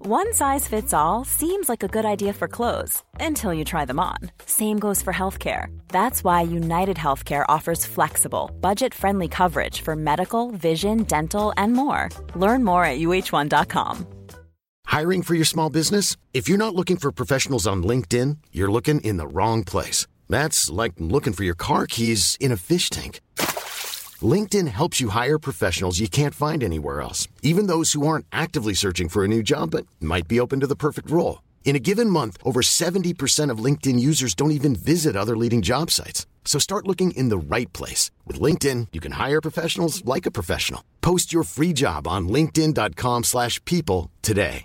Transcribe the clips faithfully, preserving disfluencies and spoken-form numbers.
One size fits all seems like a good idea for clothes until you try them on. Same goes for healthcare. That's why United Healthcare offers flexible, budget-friendly coverage for medical, vision, dental, and more. Learn more at U H one dot com. Hiring for your small business? If you're not looking for professionals on LinkedIn, you're looking in the wrong place. That's like looking for your car keys in a fish tank. LinkedIn helps you hire professionals you can't find anywhere else, even those who aren't actively searching for a new job but might be open to the perfect role. In a given month, over seventy percent of LinkedIn users don't even visit other leading job sites. So start looking in the right place. With LinkedIn, you can hire professionals like a professional. Post your free job on linkedin dot com slash people today.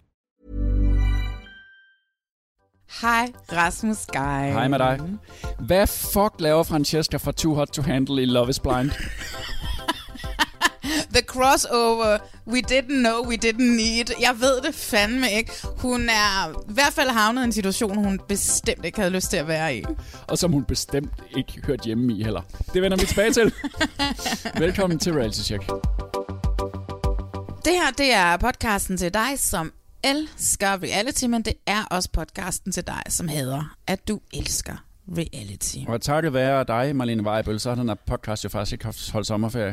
Hej, Rasmus Geil. Hej med dig. Hvad fuck laver Francesca fra Too Hot to Handle i Love is Blind? The crossover, we didn't know, we didn't need. Jeg ved det fandme ikke. Hun er i hvert fald havnet i en situation, hun bestemt ikke havde lyst til at være i. Og som hun bestemt ikke hørt hjemme i heller. Det vender vi tilbage til. Velkommen til Reality Check. Det her, det er podcasten til dig, som elsker reality, men det er også podcasten til dig, som hader, at du elsker reality. Og takket være dig, Marlene Weibel, så har den her podcast jo faktisk ikke haft holdt sommerferie.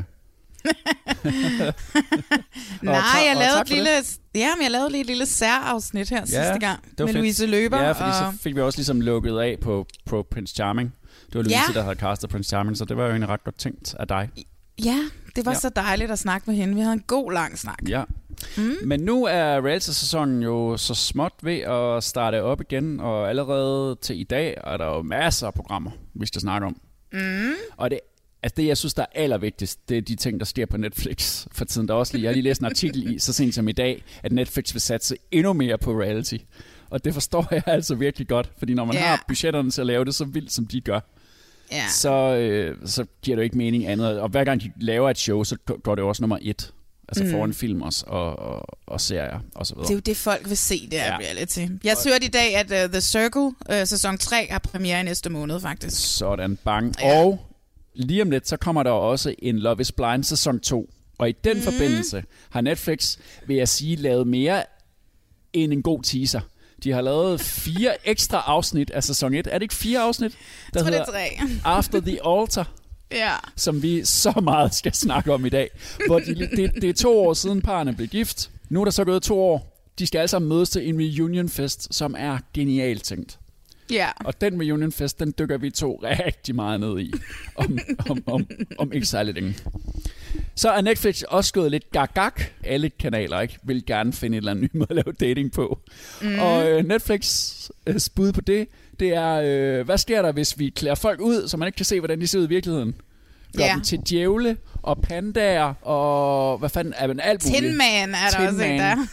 Nej, jeg lavede et lille, ja, men jeg lavede lige et lille særafsnit her ja, sidste gang med fedt. Louise Løber. Ja, fordi og... så fik vi også ligesom lukket af på, på Prince Charming. Det var Louise, ja. der havde castet Prince Charming, så det var jo egentlig ret godt tænkt af dig. Ja, det var ja. så dejligt at snakke med hende. Vi havde en god lang snak. Ja. Mm. Men nu er reality-sæsonen jo så småt ved at starte op igen, og allerede til i dag er der jo masser af programmer, vi skal snakke om. Mm. Og det, altså det, jeg synes, der er allervigtigst, det er de ting, der sker på Netflix for tiden. Der også lige, jeg har lige læst en artikel i, så sent som i dag, at Netflix vil satse endnu mere på reality. Og det forstår jeg altså virkelig godt, fordi når man yeah. har budgetterne til at lave det så vildt, som de gør, yeah. så, øh, så giver det jo ikke mening andet. Og hver gang de laver et show, så går det jo også nummer et. Altså mm. foran film også, og, og, og serier og så videre. Det er jo det, folk vil se, det er ja. reality. Jeg så i dag, at uh, The Circle, uh, sæson tre, har premiere i næste måned, faktisk. Sådan, bang. Ja. Og lige om lidt, så kommer der også en Love is Blind sæson to. Og i den mm. forbindelse har Netflix, vil jeg sige, lavet mere end en god teaser. De har lavet fire ekstra afsnit af sæson et. Er det ikke fire afsnit? Der jeg tror, det er tre. After the Altar. Ja. Som vi så meget skal snakke om i dag. Hvor de, det, det er to år siden parerne blev gift. Nu er der så gået to år. De skal alle sammen mødes til en reunionfest, som er genialt tænkt. Ja. Og den reunionfest, den dykker vi to rigtig meget ned i. Om, om, om, om ikke særlig længe. Så er Netflix også gået lidt gag-gag. Alle kanaler ikke vil gerne finde et eller andet ny måde at lave dating på. Mm. Og øh, Netflix øh, bud på det, det er, øh, hvad sker der, hvis vi klæder folk ud, så man ikke kan se, hvordan de ser ud i virkeligheden? Gør yeah. dem til djævle og pandaer og hvad fanden er man alt muligt. Tin Man er der også ikke der.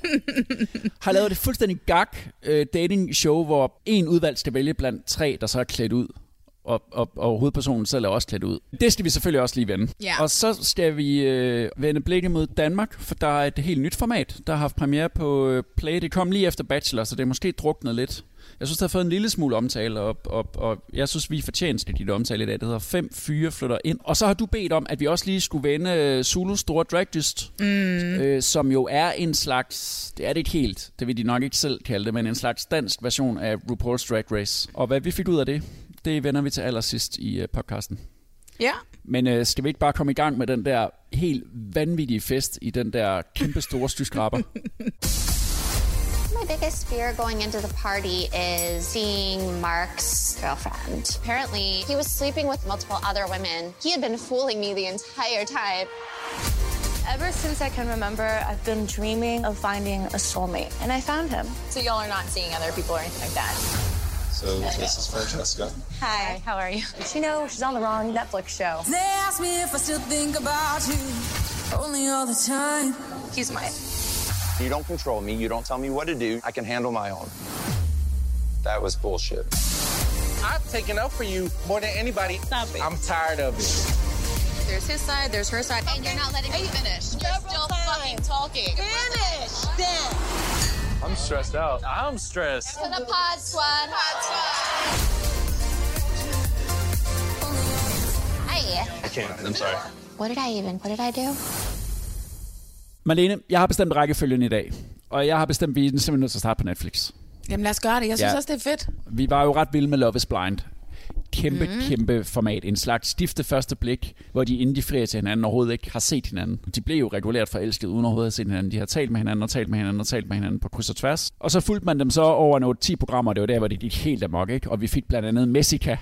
Har lavet det fuldstændig gag øh, dating show, hvor en udvalgt skal vælge blandt tre, der så er klædt ud. Og, og, og hovedpersonen selv er også klædt ud. Det skal vi selvfølgelig også lige vende. Yeah. Og så skal vi øh, vende blikket mod Danmark, for der er et helt nyt format, der har haft premiere på øh, Play. Det kom lige efter Bachelor, så det er måske druknet lidt. Jeg synes, det har fået en lille smule omtale, og, og, og jeg synes, vi er fortjent dit omtale i dag. Det hedder Fem Fyre Flytter Ind. Og så har du bedt om, at vi også lige skulle vende Zulus Store Dragdyst, mm. øh, som jo er en slags, det er det ikke helt, det vil de nok ikke selv kalde det, men en slags dansk version af RuPaul's Drag Race. Og hvad vi fik ud af det, det vender vi til allersidst i uh, podcasten. Ja. Men øh, skal vi ikke bare komme i gang med den der helt vanvittige fest i den der kæmpe store skyskraber? My biggest fear going into the party is seeing Mark's girlfriend. Apparently, he was sleeping with multiple other women. He had been fooling me the entire time. Ever since I can remember, I've been dreaming of finding a soulmate, and I found him. So y'all are not seeing other people or anything like that? So this is Francesca. Hi, how are you? You know, she's on the wrong Netflix show. They ask me if I still think about you, only all the time. He's mine. You don't control me. You don't tell me what to do. I can handle my own. That was bullshit. I've taken up for you more than anybody. Stop it. I'm tired of it. There's his side, there's her side, and you're not letting me finish. You're still fucking talking. Finish then. I'm stressed out. I'm stressed. To the pod squad. Pod squad. I can't. I'm sorry. What did I even, what did I do? Marlene, jeg har bestemt rækkefølgen i dag. Og jeg har bestemt, at vi er simpelthen nødt til at starte på Netflix. Jamen lad os gøre det. Jeg synes ja. også, det er fedt. Vi var jo ret vilde med Love is Blind. Kæmpe, mm-hmm. kæmpe format. En slags stifte første blik, hvor de inden de frier til hinanden overhovedet ikke har set hinanden. De blev jo regulært forelsket uden overhovedet at se hinanden. De har talt med hinanden og talt med hinanden og talt med hinanden på kryds og tværs. Og så fulgte man dem så over nogle ti programmer. Det var der, hvor de gik helt amok, ikke? Og vi fik blandt andet Messica.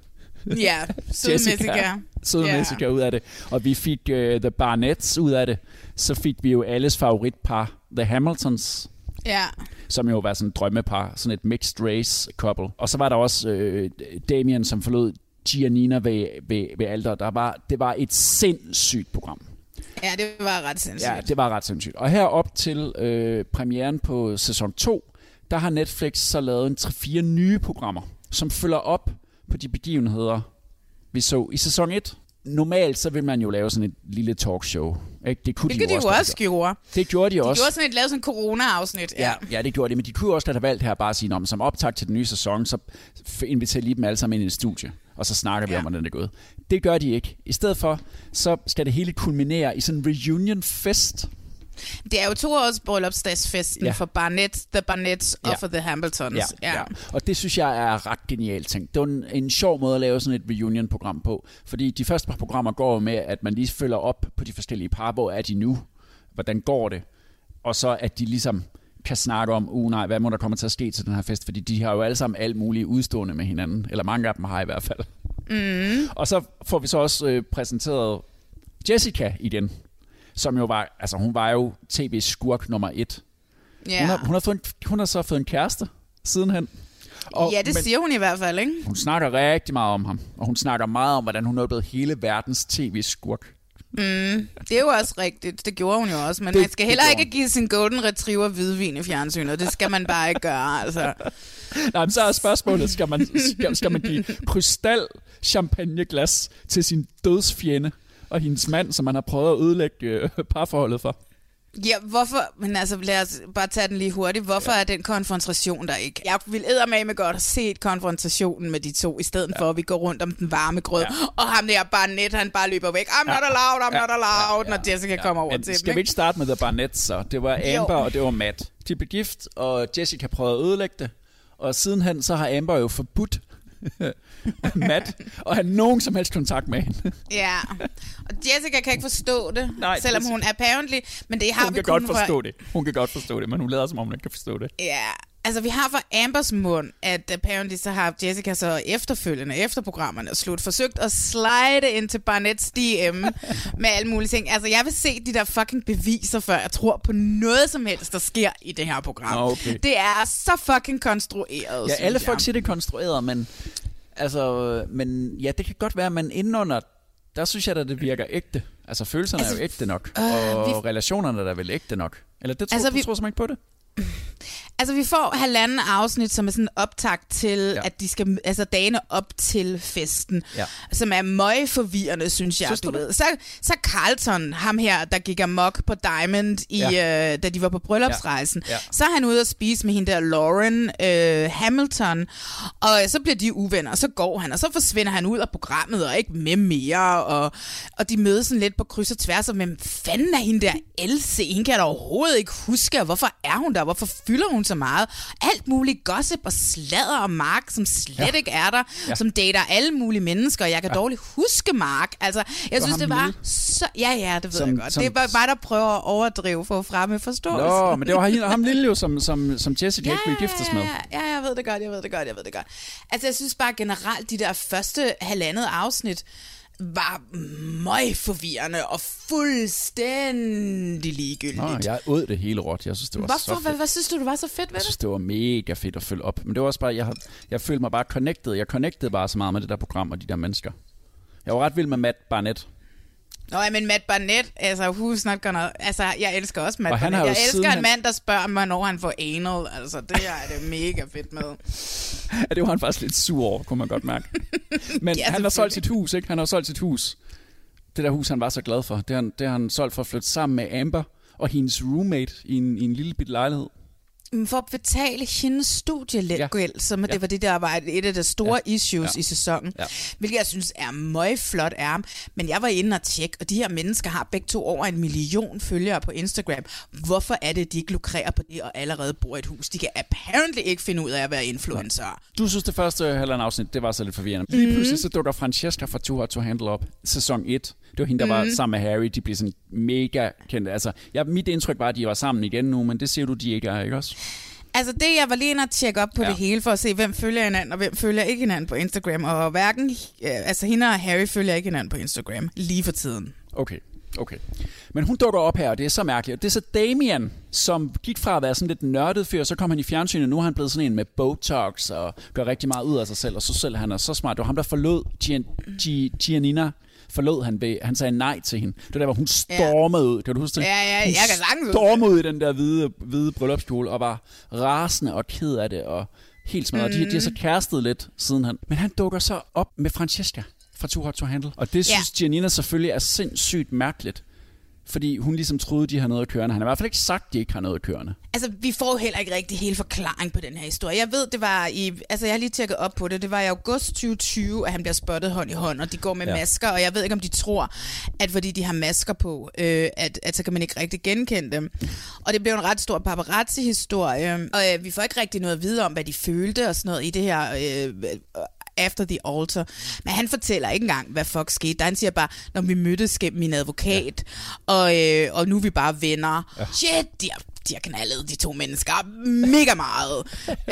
Ja, søde Messica. Søde yeah. Messica ud af det. Og vi fik uh, The Barnetts ud af det. Så fik vi jo alles favoritpar, The Hamiltons. Ja. Som jo var sådan et drømmepar, sådan et mixed race couple. Og så var der også øh, Damien, som forlod Giannina ved, ved, ved alder. Der var, det var et sindssygt program. Ja, det var ret sindssygt. Ja, det var ret sindssygt. Og herop til øh, premieren på sæson to, der har Netflix så lavet en tre fire nye programmer, som følger op på de begivenheder, vi så i sæson et. Normalt så vil man jo lave sådan et lille talkshow. Ikke? Det kunne Hvilket de jo de også, også gjorde. Det gjorde de, de også. De gjorde sådan et, lavede sådan et corona-afsnit. Ja. Ja, ja, det gjorde de. Men de kunne også have valgt her bare at sige, om som optag til den nye sæson, så inviterer lige dem alle sammen ind i et studie. Og så snakker vi ja. om, hvordan det er gået. Det gør de ikke. I stedet for, så skal det hele kulminere i sådan en reunion-fest. Det er jo to års bryllupsdagsfesten ja. for Barnett, The Barnetts ja. og for The Hamiltons. Ja, ja. Ja. Og det synes jeg er ret genialt tænkt. Det var en, en sjov måde at lave sådan et reunion-program på. Fordi de første par programmer går med, at man lige følger op på de forskellige par. Hvor er de nu? Hvordan går det? Og så at de ligesom kan snakke om, uh nej, hvad må der komme til at ske til den her fest? Fordi de har jo alle sammen alt muligt udstående med hinanden. Eller mange af dem har i hvert fald. Mm. Og så får vi så også øh, præsenteret Jessica igen. Som jo var, altså hun var jo tv-skurk nummer et. Yeah. Hun, har, hun, har fået en, hun har så fået en kæreste sidenhen. Og, ja, det siger hun i hvert fald, ikke? Hun snakker rigtig meget om ham. Og hun snakker meget om, hvordan hun er blevet hele verdens tv-skurk. Mm, det er jo også rigtigt. Det gjorde hun jo også. Men det, man skal heller ikke give sin golden retriever hvidvin i fjernsynet. Det skal man bare ikke gøre, altså. Nej, men så er spørgsmålet, skal man, skal, skal man give krystal champagneglas til sin dødsfjende og hendes mand, som man har prøvet at ødelægge øh, parforholdet for? Ja, hvorfor, men altså lad os bare tage den lige hurtigt. Hvorfor ja. er den konfrontation der ikke? Jeg vil eddermame godt have set konfrontationen med de to, i stedet ja. for at vi går rundt om den varme grød, ja. og ham der Barnett, han bare løber væk. I'm not allowed, I'm ja. not allowed, ja. Ja. når Jessica ja. kommer over men til skal dem, vi ikke starte med The Barnett så? Det var Amber, jo. og det var Matt. De blev gift, og Jessica prøvede at ødelægge det, og sidenhen så har Amber jo forbudt Matt, og have nogen som helst kontakt med hende. Ja, og Jessica kan ikke forstå det, Nej, selvom hun apparently, men det har hun vi kan kun godt forstå for... det. Hun kan godt forstå det, men hun lader som om hun ikke kan forstå det. Ja, altså vi har fra Ambers mund, at apparently så har Jessica så efterfølgende, efter programmerne slut, forsøgt at slide ind til Barnetts D M med alle mulige ting. Altså jeg vil se de der fucking beviser, før jeg tror på noget som helst, der sker i det her program. Okay. Det er så fucking konstrueret. Ja, alle folk jeg. siger det er konstrueret, men altså, men ja, det kan godt være, men indenunder, der synes jeg, at det virker ægte. Altså følelserne altså, er jo ægte nok, øh, og vi... relationerne der er vel ægte nok. Eller det tror, altså, du vi... tror simpelthen ikke på det? Altså vi får halvanden afsnit, som er sådan en optakt til, ja. at de skal, altså dagene op til festen, ja. som er møg forvirrende, synes jeg. Synes du, du ved. Så, så Carlton, ham her, der gik amok på Diamond, i, ja. øh, da de var på bryllupsrejsen, ja. Ja. så er han ude at spise med hende der Lauren øh, Hamilton, og så bliver de uvenner, og så går han, og så forsvinder han ud af programmet, og ikke med mere, og, og de mødes sådan lidt på kryds og tværs, og hvem fanden er hende der Else? Hende kan jeg da overhovedet ikke huske, og hvorfor er hun der? Hvorfor fylder hun så meget? Alt muligt gossip og sladder og Mark, som slet ja. ikke er der, ja. som dater alle mulige mennesker. Jeg kan ja. dårligt huske Mark. Altså, jeg synes, det var lille. så... Ja, ja, det ved som, jeg godt. Som... Det er bare mig, der prøver at overdrive for at fremme forståelse. Nå, men det var ham lille jo, som, som, som Jessica ja, ikke ville giftes med. Ja, jeg ved det godt, jeg ved det godt, jeg ved det godt. Altså, jeg synes bare generelt, de der første halvandet afsnit var meget forvirrende og fuldstændig ligegyldigt. Nå, jeg åd det hele råt. Jeg synes, det var Hvorfor? så fedt. Hvad, hvad synes du, det var så fedt ved det? Jeg synes, det var mega fedt at følge op. Men det var også bare, jeg, jeg følte mig bare connected. Jeg connectede bare så meget med det der program og de der mennesker. Jeg var ret vild med Matt Barnett. Nå, men Matt Barnett, altså, who's not gonna... Altså, jeg elsker også Matt Barnett. Jeg elsker siden, en mand, der spørger mig, når han får anal. Altså, det er det mega fedt med. Ja, det var han faktisk lidt sur over, kunne man godt mærke. Men ja, han har solgt sit hus, ikke? Han har solgt sit hus. Det der hus, han var så glad for. Det har han, det har han solgt for at flytte sammen med Amber og hendes roommate i en, i en lille bitte lejlighed. For at betale hendes studiegæld, ja. som ja. det var det, der var et af de store ja. issues ja. i sæsonen, ja. hvilket jeg synes er meget flot af ham. Men jeg var inde og tjekke, og de her mennesker har begge to over en million følgere på Instagram. Hvorfor er det, de ikke lukrerer på det og allerede bor i et hus? De kan apparently ikke finde ud af at være influencer. Du synes, det første halvandet afsnit, det var så lidt forvirrende. Lige pludselig så dukker Francesca fra Too Hot to Handle op. Sæson et. Det var hende, der var mm. sammen med Harry. De blev sådan mega kendte. Altså, ja, mit indtryk var, at de var sammen igen nu, men det siger du, de ikke er, ikke også? Altså det, jeg var lige inde og tjekke op på ja. det hele, for at se, hvem følger hinanden, og hvem følger ikke hinanden på Instagram. Og hverken, altså hende og Harry følger ikke hinanden på Instagram lige for tiden. Okay, okay. Men hun dukker op her, og det er så mærkeligt. Det er så Damian, som gik fra at være sådan lidt nørdet fyr, så kom han i fjernsynet, og nu er han blevet sådan en med Botox, og gør rigtig meget ud af sig selv, og så selv han er så smart. Det var ham, der forlod Gian, G, Giannina, forlod han ved, han sagde nej til hende. Det var der, hvor hun stormede ja. ud. Kan du huske det? Ja, ja, jeg kan sagtens ud. Stormede ud i den der hvide, hvide bryllupskjole, og var rasende og ked af det, og helt smadret. Mm. De, de har så kærestet lidt siden han. Men han dukker så op med Francesca fra Too Hot to Handle. Og det synes ja. Giannina selvfølgelig er sindssygt mærkeligt. Fordi hun ligesom troede, de har noget at kørende. Han har i hvert fald ikke sagt, at de ikke har noget at kørende. Altså, vi får heller ikke rigtig hele forklaring på den her historie. Jeg ved, det var i... Altså, jeg har lige tjekket op på det. Det var i august tyve tyve, at han bliver spottet hånd i hånd, og de går med ja. masker. Og jeg ved ikke, om de tror, at fordi de har masker på, øh, at, at så kan man ikke rigtig genkende dem. Og det blev en ret stor paparazzi-historie. Og øh, vi får ikke rigtig noget at vide om, hvad de følte og sådan noget i det her... Øh, After the Altar. Men han fortæller ikke engang, hvad fuck skete. Der han siger bare, når vi mødtes gennem min advokat, ja. og, øh, og nu er vi bare venner. Ja. Shit, de har, de har knaldet de to mennesker mega meget.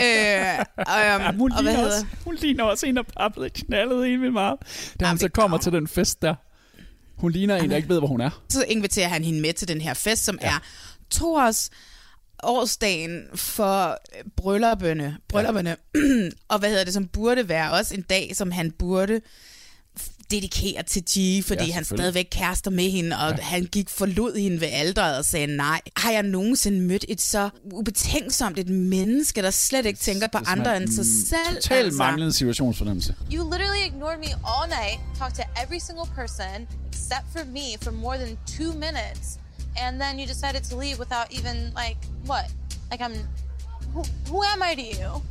øh, og, ja, hun, og ligner også, hun ligner også en, der bare blevet knaldet en med meget. Da han så kommer til den fest der. Hun ligner en, der ikke ved, hvor hun er. Så inviterer han hende med til den her fest, som ja. er Thors årsdagen for bryllupperne, bryllupperne. Ja. Og hvad hedder det, som burde være også en dag, som han burde dedikere til G, fordi ja, han stadigvæk kærester med hende, og ja. han gik forlod hende ved alderet og sagde nej. Har jeg nogensinde mødt et så ubetænksomt et menneske, der slet ikke tænker på andre end sig selv? Totalt altså. Manglende situationsfornemmelse. You literally ignored me all night, talked to every single person except for me for more than two minutes. And then you decided to leave without even, like, what? Like, I'm... Who, who am I to you?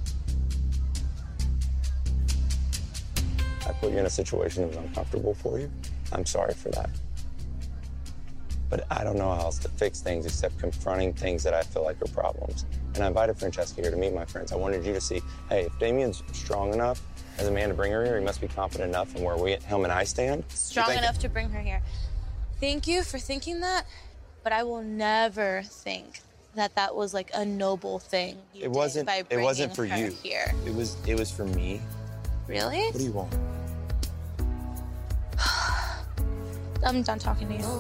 I put you in a situation that was uncomfortable for you. I'm sorry for that. But I don't know how else to fix things except confronting things that I feel like are problems. And I invited Francesca here to meet my friends. I wanted you to see, hey, if Damian's strong enough as a man to bring her here, he must be confident enough in where we, him and I stand. Strong enough to bring her here. Thank you for thinking that. But I will never think that that was like a noble thing you it wasn't, did by bringing it wasn't for her you. Here. It was, it was for me. Really? What do you want? I'm done talking to you.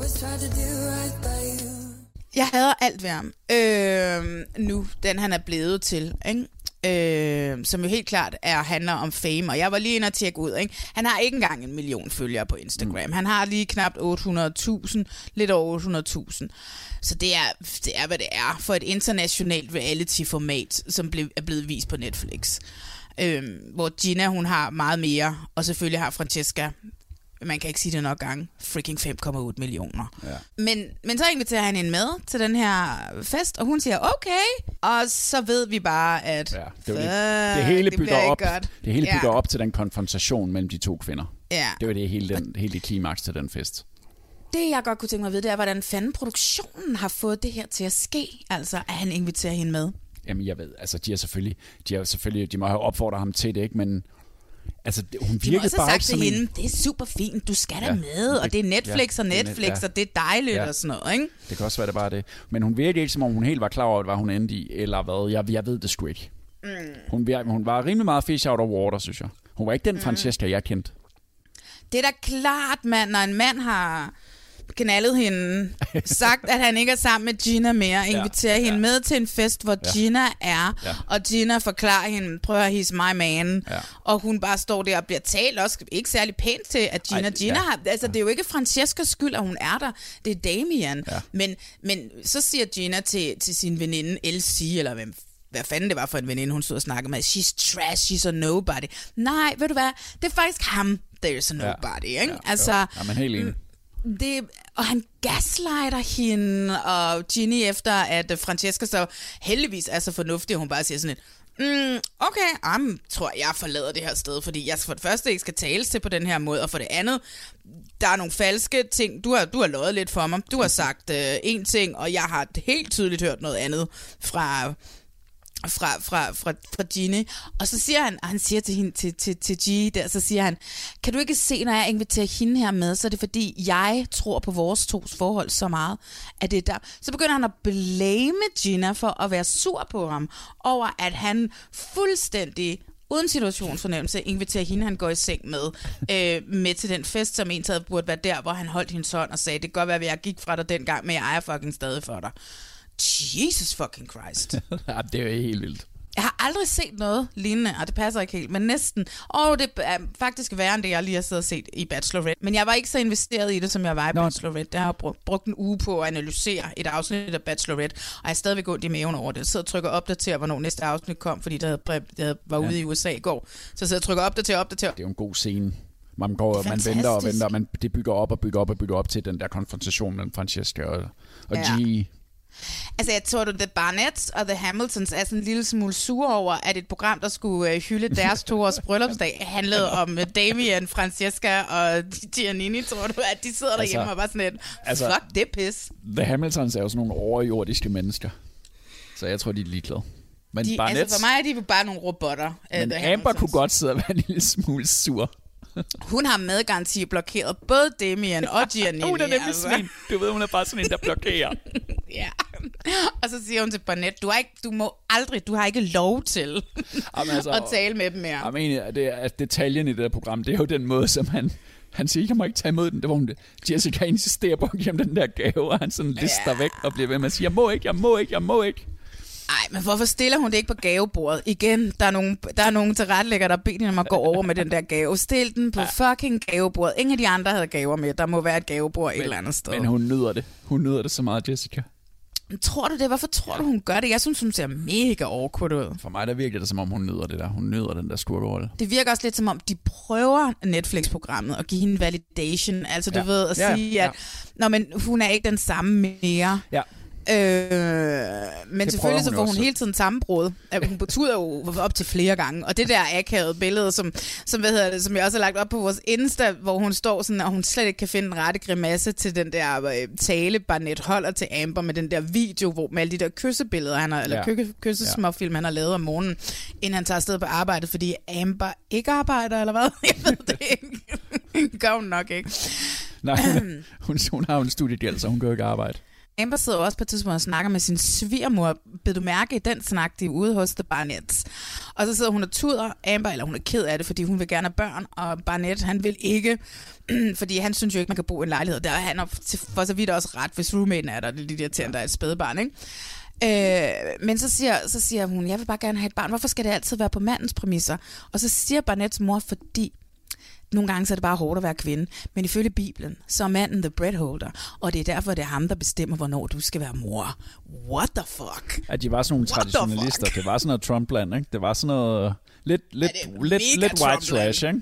Jeg hader alt ved ham. Øh, nu, den han er blevet til, ikke? Øh, som jo helt klart er, handler om fame, og jeg var lige inde og tjekke ud, ikke? Han har ikke engang en million følgere på Instagram. Mm. Han har lige knap otte hundrede tusind, lidt over otte hundrede tusind. Så det er, det er, hvad det er for et internationalt reality-format, som blev, er blevet vist på Netflix. Øh, hvor Gina, hun har meget mere, og selvfølgelig har Francesca, man kan ikke sige det nok gange, freaking fem komma otte millioner. Ja. Men, men så inviterer han hende med til den her fest, og hun siger okay, og så ved vi bare, at ja, det, lige, det hele det bygger op, godt. det hele bygger ja. op til den konfrontation mellem de to kvinder. Ja. Det var det hele, den, hele det klimaks til den fest. Det jeg godt kunne tænke mig at vide, det er, hvordan fanden produktionen har fået det her til at ske, altså at han inviterer hende med. Jamen jeg ved, altså de har selvfølgelig, de har selvfølgelig, de må have opfordret ham til det, ikke, men altså, hun virkede også bare sagt ikke som til hende, en... det er super fint, du skal da ja, med, og det er Netflix ja, og Netflix, ja, og det er dejligt ja, og sådan noget, ikke? Det kan også være, det bare det. Men hun virkede ikke, som om hun helt var klar over, hvad hun endte i, eller hvad, jeg, jeg ved det sgu ikke. Mm. Hun, hun var rimelig meget fish out of water, synes jeg. Hun var ikke den mm. Francesca, jeg kendte. Det er da klart, mand, når en mand har knaldet hende, sagt, at han ikke er sammen med Gina mere, inviterer ja, hende ja. med til en fest, hvor ja. Gina er, ja. og Gina forklarer hende, prøv at he's my man, ja. og hun bare står der og bliver talt også ikke særlig pænt til, at Gina, Ej, Gina ja. har, altså det er jo ikke Francescas skyld, at hun er der, det er Damian, ja. men, men så siger Gina til, til sin veninde L C, eller hvem hvad fanden det var for en veninde, hun stod og snakkede med, she's trash, she's a nobody. Nej, ved du hvad, det er faktisk ham, there's a nobody, ja. ikke? Ja. Altså, ja, men helt enig. Det, og han gaslighter hende og Ginny efter, at Francesca så heldigvis er så fornuftig, og hun bare siger sådan et, mm, okay, jeg tror, jeg forlader det her sted, fordi jeg for det første ikke skal tales til på den her måde, og for det andet, der er nogle falske ting. Du har, du har løjet lidt for mig. Du har sagt øh, en ting, og jeg har helt tydeligt hørt noget andet fra... Fra, fra, fra, fra Ginny. Og så siger han, han siger til hende, til, til, til G der, så siger han, kan du ikke se, når jeg inviterer hende her med, så er det fordi, jeg tror på vores tos forhold så meget, at det er der. Så begynder han at blame Gina for at være sur på ham, over at han fuldstændig uden situationsfornemmelse inviterer hende, han går i seng med, øh, med til den fest, som en taget burde være der, hvor han holdt hendes hånd og sagde, det kan godt være, at jeg gik fra dig dengang, men jeg er fucking stadig for dig. Jesus fucking Christ. Ja, det er jo helt vildt. Jeg har aldrig set noget lignende, og det passer ikke helt, men næsten. Og det er faktisk værre end det, jeg lige har siddet og set i Bachelorette. Men jeg var ikke så investeret i det, som jeg var i Nå. Bachelorette. Jeg har brugt, brugt en uge på at analysere et afsnit af Bachelorette, og jeg er stadigvæk ondt i maven over det. Jeg sidder og trykker opdater, hvornår næste afsnit kom, fordi det, havde, det var ude ja. i U S A i går. Så jeg sidder og trykker opdater, opdater. Det er jo en god scene. Man går, man venter og venter, man, det bygger op og bygger op og bygger op til den der konfrontation mellem Francesca og, og ja. G. Altså, jeg tror, at The Barnetts og The Hamiltons er sådan en lille smule sure over, at et program, der skulle uh, hylde deres toårs bryllupsdag, handlede om uh, Damien, Francesca og Giannini, tror du, at de sidder derhjemme altså, og bare sådan et, altså, fuck det pis. The Hamiltons er jo sådan nogle overjordiske mennesker, så jeg tror, de er ligeglade. Men de, Barnetts, altså for mig er de bare nogle robotter. Men uh, Amber kunne godt sidde og være en lille smule sur. Hun har med garanti blokeret både Damien og Giannini. Hun er nemlig altså. sådan en, du ved, hun er bare sådan en, der blokerer. Ja. Og så siger hun til Barnett, du, har ikke, du må aldrig, du har ikke lov til Jamen, altså, at tale med dem mere. Jeg mener, det er detaljen i det der program, det er jo den måde, som han, han siger, jeg må ikke tage imod den. Det var hun, Jessica insisterer på at give ham den der gave, og han sådan lister ja. væk og bliver ved med at sige, jeg må ikke, jeg må ikke, jeg må ikke. Ej, men hvorfor stiller hun det ikke på gavebordet? Igen, der er nogen, der er nogen tilrettelæggere, der beder hende om at gå over med den der gave. Stil den på ja. fucking gavebordet. Ingen af de andre havde gaver med. Der må være et gavebord men, et eller andet sted. Men hun nyder det. Hun nyder det så meget, Jessica. Tror du det? Hvorfor tror ja. du, hun gør det? Jeg synes, hun ser mega awkward ud. For mig der virker det, som om hun nyder det der. Hun nyder den der skurkerolle. Det virker også lidt som om, de prøver Netflix-programmet at give hende validation. Altså, du ja. ved, at ja, sige, ja. at nå, men hun er ikke den samme mere. Ja. Øh, men det selvfølgelig så får hun også. hele tiden sammenbrud. Hun betyder jo op til flere gange. Og det der akavede billede, som, som, hvad hedder det, som jeg også har lagt op på vores Insta, hvor hun står sådan, og hun slet ikke kan finde den rette grimasse til den der øh, tale, Barnett holder til Amber med den der video, hvor med alle de der kyssebilleder, han har, eller ja. kyssesmåfilm, han har lavet om morgenen, inden han tager afsted på arbejdet, fordi Amber ikke arbejder, eller hvad? Jeg ved det ikke. Gør hun nok ikke. Nej, hun, hun, hun har jo en studiegæld, så hun kan jo ikke arbejde. Amber sidder også på et tidspunkt og snakker med sin svigermor. Bed du mærke i den snak, de er ude hos The Barnetts. Og så sidder hun og tuder Amber, eller hun er ked af det, fordi hun vil gerne have børn, og Barnett, han vil ikke, fordi han synes jo ikke, man kan bo i en lejlighed. Der er han for så vidt også ret, hvis roommaten er der, det er lidt irriterende, der er et spædebarn, ikke? Øh, men så siger, så siger hun, jeg vil bare gerne have et barn. Hvorfor skal det altid være på mandens præmisser? Og så siger Barnetts mor, fordi nogle gange så er det bare hårdt at være kvinde, men ifølge Bibelen, så er manden the breadholder, og det er derfor, det er ham, der bestemmer, hvornår du skal være mor. What the fuck? At de var sådan nogle What traditionalister. Det var sådan noget Trumpland, ikke? Det var sådan noget lidt, lidt, lidt, lidt white trash, ikke?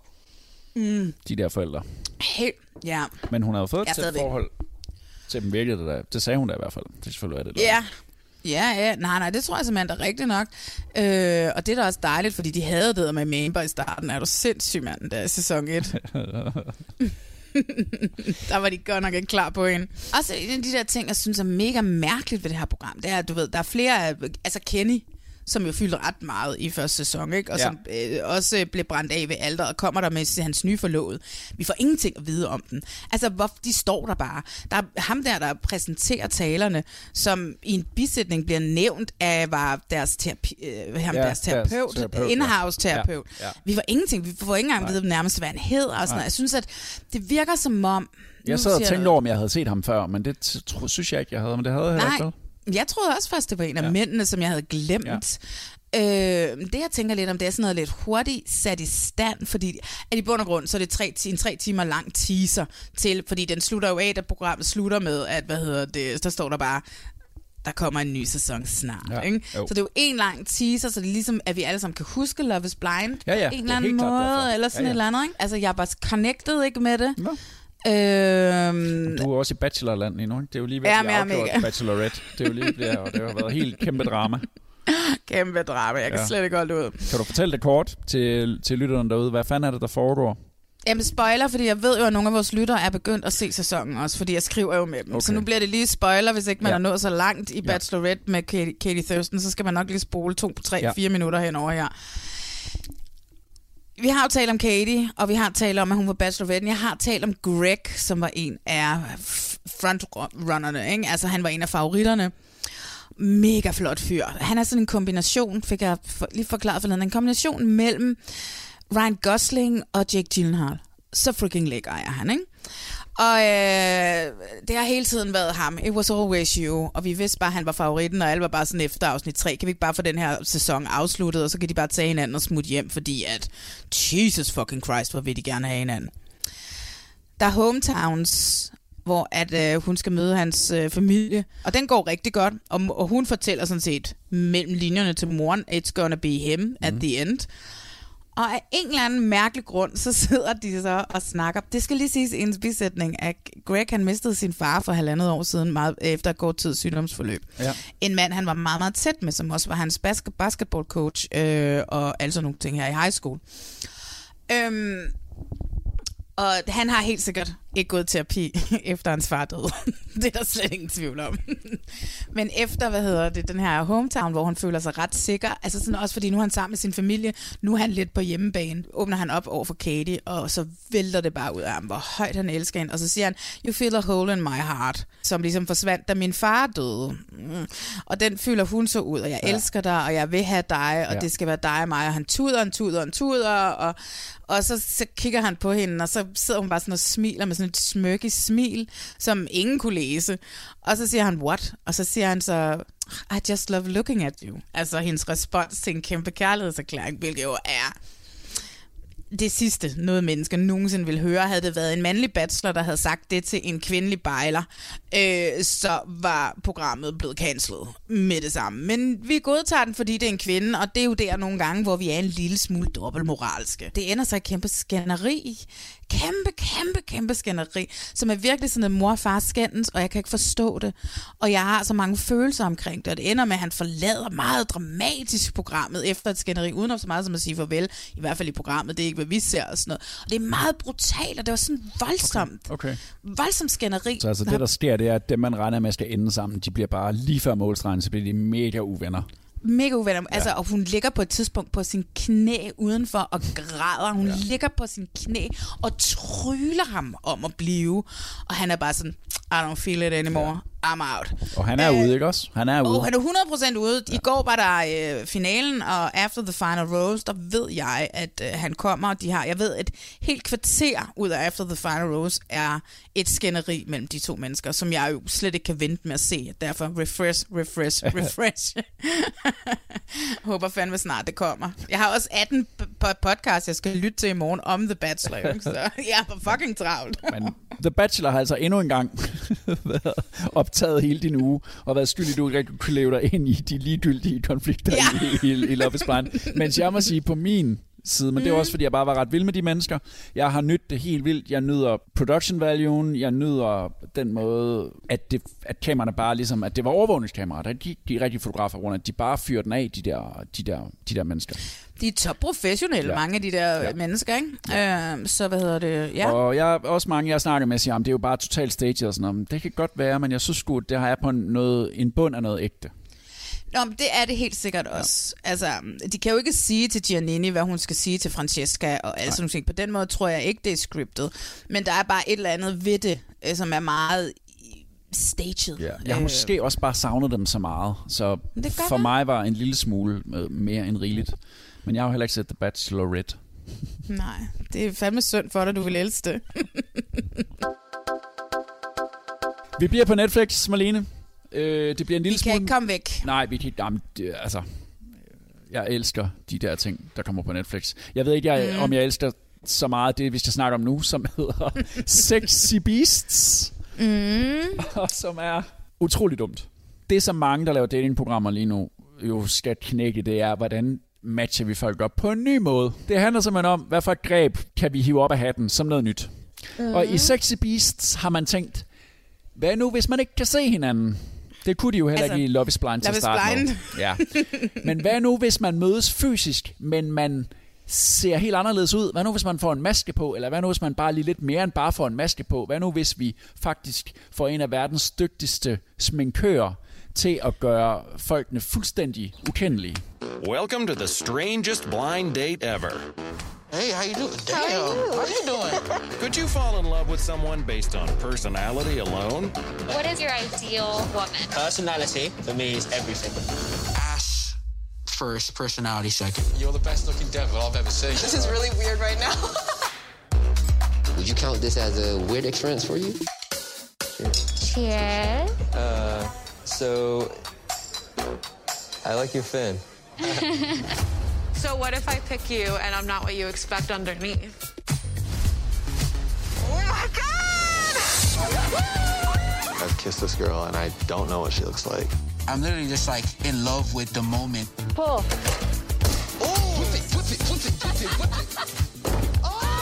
Mm. De der forældre. Helt, ja. Men hun havde fået et tæt forhold til dem virkelig, det der. Det sagde hun da i hvert fald. Det selvfølgelig er det der. Ja. Ja, ja, nej, nej, det tror jeg simpelthen er rigtigt nok. Øh, og det er da også dejligt, fordi de havde det med Amber i starten. Er du sindssyg, mand, der er sæson et. Der var de godt nok ikke klar på hende. Også en af de der ting, jeg synes er mega mærkeligt ved det her program, det er, at du ved, der er flere af, altså Kenny, som jo fyldte ret meget i første sæson, ikke? Og ja. som øh, også blev brændt af ved alderet, og kommer der med hans nye forlovede. Vi får ingenting at vide om den. Altså, hvor de står der bare. Der er ham der, der præsenterer talerne, som i en bisætning bliver nævnt af var deres, terapi, øh, ham, ja, deres terapeut, terapeut in-house-terapeut. Ja. Ja. Vi får ingenting. Vi får ikke engang at vide nærmest, hvad han hedder. Og sådan noget. Jeg synes, at det virker som om... Jeg sad og tænkte over, om jeg havde set ham før, men det tro, synes jeg ikke, jeg havde. Men det havde jeg ikke. Jeg troede også først, det var en af ja. mændene, som jeg havde glemt. Ja. Øh, det, jeg tænker lidt om, det er sådan noget lidt hurtigt sat i stand, fordi at i bund og grund, så er det tre, en tre timer lang teaser til, fordi den slutter jo af, da programmet slutter med, at, hvad hedder det, der står der bare, der kommer en ny sæson snart. Ja. Ikke? Så det er jo en lang teaser, så det er ligesom, at vi alle sammen kan huske Love is Blind ja, ja. på en eller anden måde, eller sådan ja, ja. et eller andet. Ikke? Altså, jeg er bare connected ikke med det. Ja. Øhm, du er også i Bachelorland lige nu, ikke? Det er jo lige ved at blive afgjort Bachelorette. Det er jo lige bliver, og det har været helt kæmpe drama. Kæmpe drama, jeg kan ja. slet ikke holde ud. Kan du fortælle det kort til, til lytterne derude? Hvad fanden er det, der foregår? Jamen spoiler, fordi jeg ved jo, at nogle af vores lyttere er begyndt at se sæsonen også, fordi jeg skriver jo med dem. Okay. Så nu bliver det lige spoiler, hvis ikke man ja. er nået så langt i Bachelorette ja. med Katie, Katie Thurston, så skal man nok lige spole to, tre, ja. fire minutter henover her. Vi har jo talt om Katie, og vi har talt om, at hun var Bachelorette. Jeg har talt om Greg, som var en af frontrunnerne, ikke? Altså han var en af favoritterne. Mega flot fyr. Han er sådan en kombination, fik jeg for, lige forklaret forleden, en kombination mellem Ryan Gosling og Jake Gyllenhaal. Så freaking lækker er han, ikke? Og øh, det har hele tiden været ham. It was always you. Og vi vidste bare, at han var favoritten, og alle var bare sådan efter afsnit tre. Kan vi ikke bare få den her sæson afsluttet, og så kan de bare tage hinanden og smutte hjem, fordi at Jesus fucking Christ, hvor vil de gerne have hinanden. Der er Hometowns, hvor at, øh, hun skal møde hans øh, familie, og den går rigtig godt, og, og hun fortæller sådan set mellem linjerne til moren, it's gonna be him mm. at the end. Og af en eller anden mærkelig grund, så sidder de så og snakker. Det skal lige siges i en bisætning, at Greg han mistede sin far for halvandet år siden, meget efter et kort tids sygdomsforløb. Ja. En mand, han var meget, meget tæt med, som også var hans basket- basketballcoach, øh, og altså nogle ting her i high school. Øhm, og han har helt sikkert ikke gået i terapi efter hans far døde. Det er der slet ingen tvivl om. Men efter, hvad hedder det, den her Hometown, hvor han føler sig ret sikker, altså sådan også fordi nu er han sammen med sin familie, nu er han lidt på hjemmebane, åbner han op over for Katie, og så vælter det bare ud af ham, hvor højt han elsker hende, og så siger han, you feel a hole in my heart, som ligesom forsvandt, da min far døde. Mm. Og den fylder hun så ud, og jeg ja. elsker dig, og jeg vil have dig, og ja. det skal være dig og mig, og han tuder, han tuder, han tuder, og, og så, så kigger han på hende, og så sidder hun bare sådan og smiler med sådan et smøkke smil, som ingen kunne læse. Og så siger han, what? Og så siger han så, I just love looking at you. Altså hendes respons til en kæmpe kærlighedserklæring, hvilket jo er det sidste, noget mennesker nogensinde ville høre. Havde det været en mandlig bachelor, der havde sagt det til en kvindelig bejler, øh, så var programmet blevet cancelet med det samme. Men vi godtager den, fordi det er en kvinde, og det er jo der nogle gange, hvor vi er en lille smule dobbeltmoralske. Det ender så i kæmpe skænderi. Kæmpe, kæmpe, kæmpe skænderi, som er virkelig sådan en mor og far skændes, og jeg kan ikke forstå det. Og jeg har så mange følelser omkring det, og det ender med, at han forlader meget dramatisk programmet efter et skænderi, uden at så meget som at sige farvel, i hvert fald i programmet, det er ikke, hvad vi ser og sådan noget. Og det er meget brutalt, og det var sådan voldsomt, okay. Okay. voldsomt skænderi. Så altså det, der sker, det er, at dem, man regner med, skal ende sammen, de bliver bare lige før målstregen, så bliver de mega uvenner. Mega uvenner. Altså, ja. Og hun ligger på et tidspunkt på sin knæ udenfor og græder. Hun ja. ligger på sin knæ og tryller ham om at blive. Og han er bare sådan, I don't feel it anymore. Ja. I'm out. Og han er uh, ude, ikke også? Han er ude. Og han er hundrede procent ude. I ja. går var der øh, finalen, og after the final rose, der ved jeg, at øh, han kommer. De har, jeg ved, et helt kvarter ud af after the final rose er et skænderi mellem de to mennesker, som jeg jo slet ikke kan vente med at se. Derfor refresh, refresh, refresh. Håber fandme snart det kommer. Jeg har også atten podcasts, jeg skal lytte til i morgen om The Bachelor, så jeg er fucking travlt. Men The Bachelor har altså endnu en gang været optaget hele din uge, og været skyld i, at du ikke kunne leve dig ind i de ligegyldige konflikter ja. i, i, i Love is Blind. Mens jeg må sige, på min side, men mm. det er også fordi, jeg bare var ret vild med de mennesker. Jeg har nydt det helt vildt. Jeg nyder production valuen, jeg nyder den måde, at, det, at kameraerne bare ligesom, at det var overvågningskameraer, der de, de rigtige fotografer rundt, at de bare fyrer den af, de der, de der, de der mennesker. De er topprofessionelle, ja. mange af de der ja. mennesker, ikke? Ja. Øh, så hvad hedder det? Ja. Og jeg også mange, jeg snakker med, siger, at det er jo bare totalt staged og sådan noget. Det kan godt være, men jeg synes sgu, det har jeg på noget, en bund af noget ægte. Nå, men det er det helt sikkert også. Ja. Altså, de kan jo ikke sige til Giannini, hvad hun skal sige til Francesca og alt sådan noget. På den måde tror jeg ikke, det er scriptet. Men der er bare et eller andet ved det, som er meget staged. Ja. Jeg har måske også bare savnet dem så meget. Så for det. mig var en lille smule mere end rigeligt. Men jeg har jo heller ikke set The Bachelorette. Nej, det er fandme synd for dig, du vil elske det. Vi bliver på Netflix, Marlene. Øh, det bliver en lille vi kan smule... ikke komme væk. Nej, vi kan jamen, det, altså, jeg elsker de der ting, der kommer på Netflix. Jeg ved ikke, jeg, mm. om jeg elsker så meget det, hvis jeg snakker om nu, som hedder Sexy Beasts, mm. og som er utrolig dumt. Det, som mange, der laver datingprogrammer lige nu, jo skal knække, det er, hvordan matcher vi folk op på en ny måde. Det handler simpelthen om, hvad for et greb kan vi hive op af hatten som noget nyt. Mm. Og i Sexy Beasts har man tænkt, hvad nu hvis man ikke kan se hinanden? Det kunne de jo heller altså, ikke i Love is Blind til at starte med. Ja. Men hvad nu hvis man mødes fysisk, men man ser helt anderledes ud? Hvad nu hvis man får en maske på? Eller hvad nu hvis man bare lige lidt mere end bare får en maske på? Hvad nu hvis vi faktisk får en af verdens dygtigste sminkører til at gøre folkene fuldstændig ukendelige? Welcome to the strangest blind date ever. Hey, how you doing? Damn, how are you, how you doing? Could you fall in love with someone based on personality alone? What is your ideal woman? Personality, for me, is everything. Ass first, personality second. You're the best looking devil I've ever seen. This is really weird right now. Would you count this as a weird experience for you? Cheers. Uh, so, I like your fin. So what if I pick you and I'm not what you expect underneath? Oh my God! I've kissed this girl and I don't know what she looks like. I'm literally just like in love with the moment. Pull. Oh! Whip it, whip it, whip it, whip it, whip it.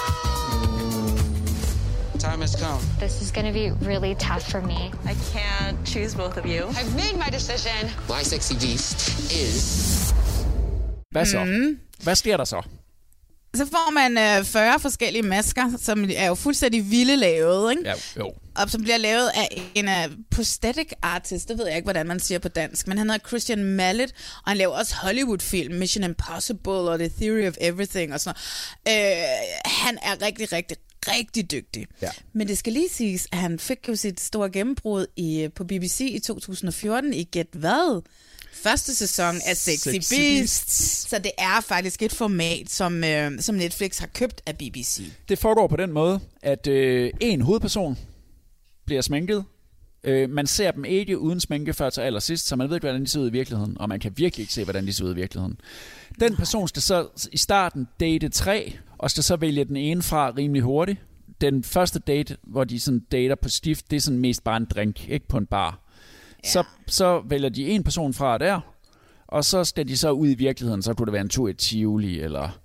Oh! Time has come. This is gonna be really tough for me. I can't choose both of you. I've made my decision. My sexy beast is... Hvad så? Mm. Hvad sker der så? Så får man øh, fyrre forskellige masker, som er jo fuldstændig vilde lavet, ikke? Ja, jo. Og som bliver lavet af en uh, prosthetic artist, det ved jeg ikke, hvordan man siger på dansk, men han hedder Christian Mallet, og han laver også Hollywood-film, Mission Impossible og The Theory of Everything og sådan noget. Øh, han er rigtig, rigtig, rigtig dygtig. Ja. Men det skal lige siges, at han fik jo sit store gennembrud i, på B B C i to tusind og fjorten i Gæt Hvad? Første sæson af Sexy, Sexy Beasts. Så det er faktisk et format, som, øh, som Netflix har købt af B B C. Det foregår på den måde, at øh, en hovedperson bliver sminket. Øh, man ser dem ikke uden sminke før til allersidst, så man ved ikke, hvordan de ser ud i virkeligheden, og man kan virkelig ikke se, hvordan de ser ud i virkeligheden. Den person skal så i starten date tre, og skal så vælge den ene fra rimelig hurtigt. Den første date, hvor de sådan dater på stift, det er sådan mest bare en drink, ikke på en bar. Ja. Så, så vælger de en person fra der, og så skal de så ud i virkeligheden. Så kunne det være en tur i Tivoli, eller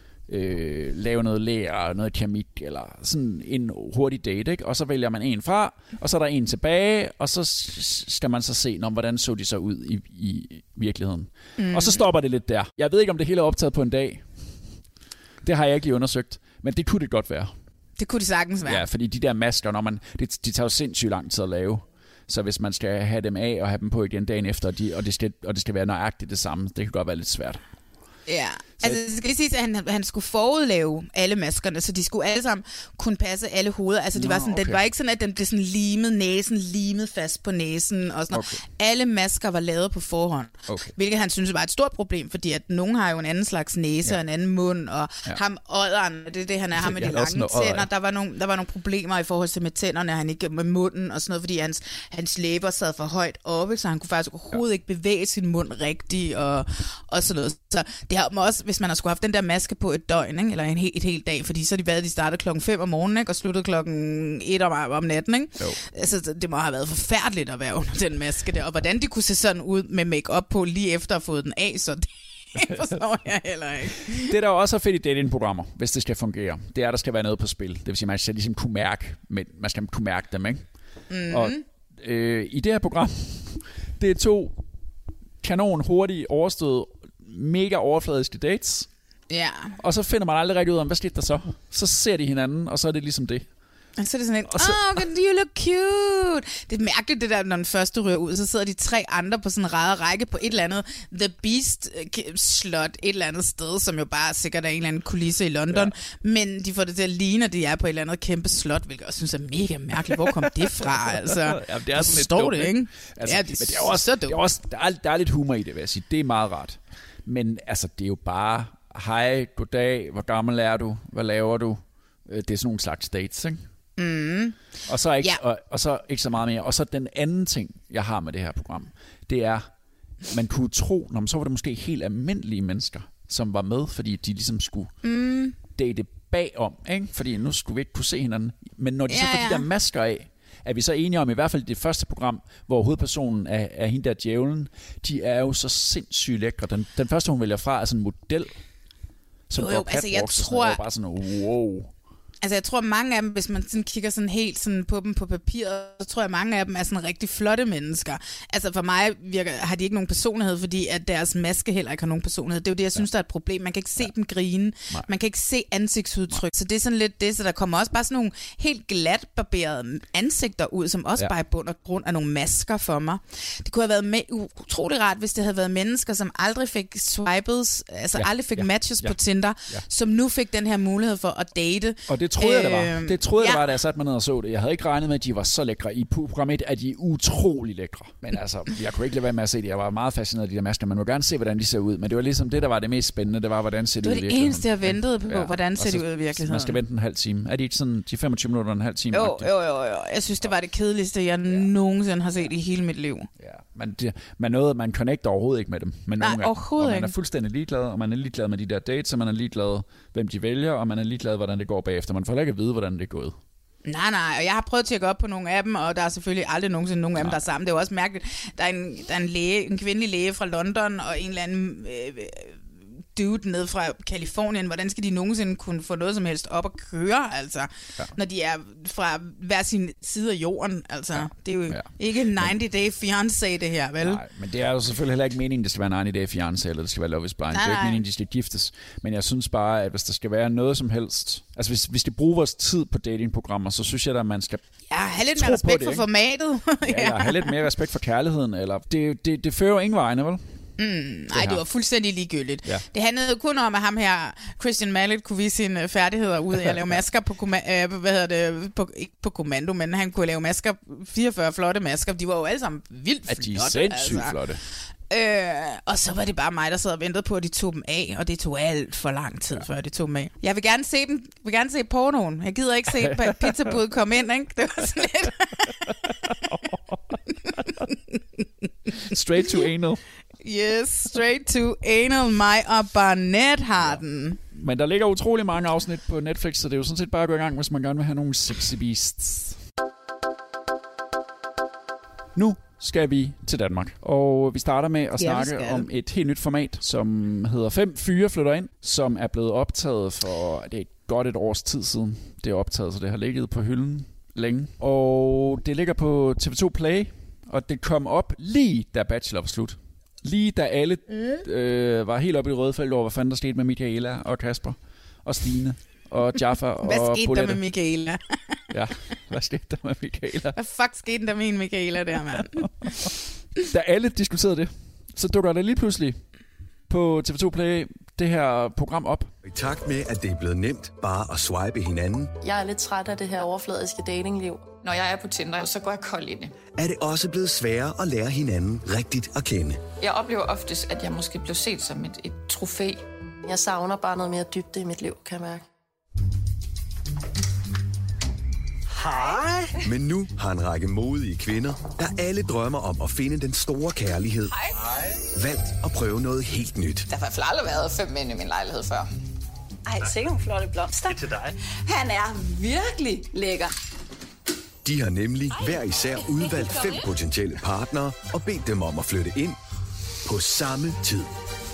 øh, lave noget lær, noget keramik, eller sådan en hurtig date, ikke? Og så vælger man en fra, og så er der en tilbage, og så skal man så se, hvordan så de så ud i, i virkeligheden. Mm. Og så stopper det lidt der. Jeg ved ikke, om det hele er optaget på en dag. Det har jeg ikke lige undersøgt, men det kunne det godt være. Det kunne det sagtens være. Ja, fordi de der masker, når man, det, de tager jo sindssygt lang tid at lave. Så hvis man skal have dem af og have dem på igen dagen efter, og, de, og, det, skal, og det skal være nøjagtigt det samme, det kan godt være lidt svært. Ja, så altså det skal lige siges, at han, han skulle forudlave alle maskerne, så de skulle alle sammen kunne passe alle hoveder. Altså det, Nå, var sådan, okay. det var ikke sådan, at den blev sådan limet, næsen limet fast på næsen og sådan okay. Alle masker var lavet på forhånd, okay. Hvilket han synes var et stort problem, fordi at nogen har jo en anden slags næse ja. Og en anden mund, og ja. Ham odderen, det er det, han er, ham med de lange tænder, der var, nogle, der var nogle problemer i forhold til med tænderne, han ikke med munden og sådan noget, fordi hans, hans læber sad for højt oppe, så han kunne faktisk overhovedet ja. Ikke bevæge sin mund rigtigt og, og sådan noget. Så det har også, hvis man har skulle haft den der maske på et døgn, ikke? Eller en hel, et helt dag, fordi så de været, de startede klokken fem om morgenen, ikke? Og sluttede klokken et om, om natten, ikke? Altså, det må have været forfærdeligt at være under den maske der, og hvordan de kunne se sådan ud med make-up på lige efter at have fået den af, så det forstår jeg heller ikke. Det, der også er fedt i datingprogrammer, hvis det skal fungere, det er, at der skal være noget på spil. Det vil sige, man skal ligesom kunne mærke, men man skal kunne mærke dem, ikke? Mm-hmm. Og øh, i det her program, det er to kanon hurtige overstået mega overfladiske dates. Ja. Og så finder man aldrig rigtig ud af, hvad skete der så? Så ser de hinanden, og så er det ligesom det. Og så er det sådan en, oh, you look cute. Det er mærkeligt, det der, når den første ryger ud, så sidder de tre andre på sådan en ræde række på et eller andet The Beast-slot et eller andet sted, som jo bare sikkert er en eller anden kulisse i London. Ja. Men de får det til at ligne, at de er på et eller andet kæmpe slot, hvilket jeg synes er mega mærkeligt. Hvor kom det fra? Altså, ja, det er sådan lidt dumt, det, ikke? Altså, ja, det, men det er også, det er også der, er, der er lidt humor i det, vil jeg sige. Det er meget rart. Men altså, det er jo bare, hej, goddag, hvor gammel er du? Hvad laver du? Det er sådan nogle slags dates, ikke? Mm. Og, så ikke, ja. og, og så ikke så meget mere. Og så den anden ting, jeg har med det her program, det er, man kunne tro, når man så var det måske helt almindelige mennesker, som var med, fordi de ligesom skulle mm. date bagom, ikke? Fordi nu skulle vi ikke kunne se hinanden. Men når de ja, så får ja. De der masker af, er vi så enige om, i hvert fald det første program, hvor hovedpersonen er, er hende der djævlen, de er jo så sindssygt lækre. Den, den første, hun vælger fra, er sådan en model, som jo, går jo, altså, jeg tror, bare sådan, wow. Altså jeg tror mange af dem, hvis man sådan kigger sådan helt sådan på dem på papiret, så tror jeg mange af dem er sådan rigtig flotte mennesker. Altså for mig virker, har de ikke nogen personlighed, fordi at deres maske heller ikke har nogen personlighed. Det er jo det, jeg synes, ja. der er et problem. Man kan ikke se ja. dem grine. Nej. Man kan ikke se ansigtsudtryk. Nej. Så det er sådan lidt det, så der kommer også bare sådan nogle helt glat barberede ansigter ud, som også ja. bare i bund og grund er nogle masker for mig. Det kunne have været med, utrolig rart, hvis det havde været mennesker, som aldrig fik swipes, altså ja. aldrig fik ja. matches ja. på Tinder, ja. som nu fik den her mulighed for at date. Og det troede jeg, det var. Det troede jeg, ja. det var, da jeg satte mig ned og så det. Jeg havde ikke regnet med, at de var så lækre. I program et er de utrolig lækre. Men altså, jeg kunne ikke lade være med at se det. Jeg var meget fascineret af de der masker. Man må gerne se, hvordan de ser ud. Men det var ligesom det, der var det mest spændende. Det var, hvordan ser de ud i virkeligheden. Det var det eneste, jeg ventede på. Ja. Hvordan ser de ud i virkeligheden? Man skal vente en halv time. Er de ikke sådan de femogtyve minutter og en halv time? Jo, jo, jo, jo. Jeg synes, det var det kedeligste, jeg ja. nogensinde har set i hele mit liv. Ja. Man, det, man, noget, man connecter overhovedet ikke med dem. Men Nej, overhovedet ikke. Og man er ikke. fuldstændig ligeglad, og man er ligeglad med de der dates, og man er ligeglad, hvem de vælger, og man er ligeglad, hvordan det går bagefter. Man får ikke at vide, hvordan det er gået. Nej, nej, og jeg har prøvet at tjekke op på nogle af dem, og der er selvfølgelig aldrig nogensinde nogen af dem, der er sammen. Det er jo også mærkeligt. Der er en, der er en læge, en kvindelig læge fra London, og en eller anden øh, dude ned fra Kalifornien. Hvordan skal de nogensinde kunne få noget som helst op at køre, altså, ja. når de er fra hver sin side af jorden? Altså, ja. det er jo ja. ikke halvtreds day fiancé, det her, vel? Nej, men det er jo selvfølgelig heller ikke meningen, det skal være halvtreds day fiancé, eller det skal være Love is Blind. Nej, det er jo ikke meningen, de skal giftes. Men jeg synes bare, at hvis der skal være noget som helst... Altså, hvis, hvis de bruger vores tid på datingprogrammer, så synes jeg, at man skal... Ja, have lidt mere respekt det, for formatet. ja, eller have lidt mere respekt for kærligheden, eller... Det, det, det fører jo ingen vegne, vel? Mm, nej, det var fuldstændig ligegyldigt. Ja. Det handlede kun om, at ham her, Christian Mallet, kunne vise sine færdigheder ud af at lave masker på, komma- øh, hvad hedder det, på, ikke på kommando, men han kunne lave masker, fireogfyrre flotte masker. De var jo alle sammen vildt flotte. At de er sindssygt altså. flotte. Øh, og så var det bare mig, der sad og ventede på, at de tog dem af, og det tog alt for lang tid, ja. før de tog dem af. Jeg vil gerne se dem, vil gerne se pornoen. Jeg gider ikke se pizzabud komme ind, ikke? Det var sådan lidt... Straight to anal. Yes, straight to anal. Mig og Barnett har den. Men der ligger utrolig mange afsnit på Netflix, så det er jo sådan set bare at gå i gang, hvis man gerne vil have nogle sexy beasts. Nu skal vi til Danmark, og vi starter med at snakke ja, om et helt nyt format, som hedder Fem Fyre Flytter Ind, som er blevet optaget for, det er godt et års tid siden. Det er optaget, så det har ligget på hylden længe. Og det ligger på T V to Play, og det kom op lige da Bachelor var slut. Lige da alle mm. øh, var helt oppe i det røde felt over, hvad fanden der skete med Michaela og Kasper og Stine og Jaffa og Hvad skete Bolette. der med Michaela? Ja, hvad skete der med Michaela? Hvad fuck skete der med en Michaela der, mand? Da alle diskuterede det, så dukker der lige pludselig på T V to Play det her program op. I takt med, at det er blevet nemt bare at swipe hinanden. Jeg er lidt træt af det her overfladiske datingliv. Når jeg er på Tinder, så går jeg kold ind. Er det også blevet sværere at lære hinanden rigtigt at kende? Jeg oplever oftest, at jeg måske blev set som et, et trofæ. Jeg savner bare noget mere dybde i mit liv, kan jeg mærke. Hej. Men nu har en række modige kvinder, der alle drømmer om at finde den store kærlighed, Hej. valgt at prøve noget helt nyt. Der har i hvert fald aldrig været fem mænd i min lejlighed før. Ej, se nogle flotte blomster. Det er til dig. Han er virkelig lækker. De har nemlig hver især udvalgt fem potentielle partnere og bedt dem om at flytte ind på samme tid.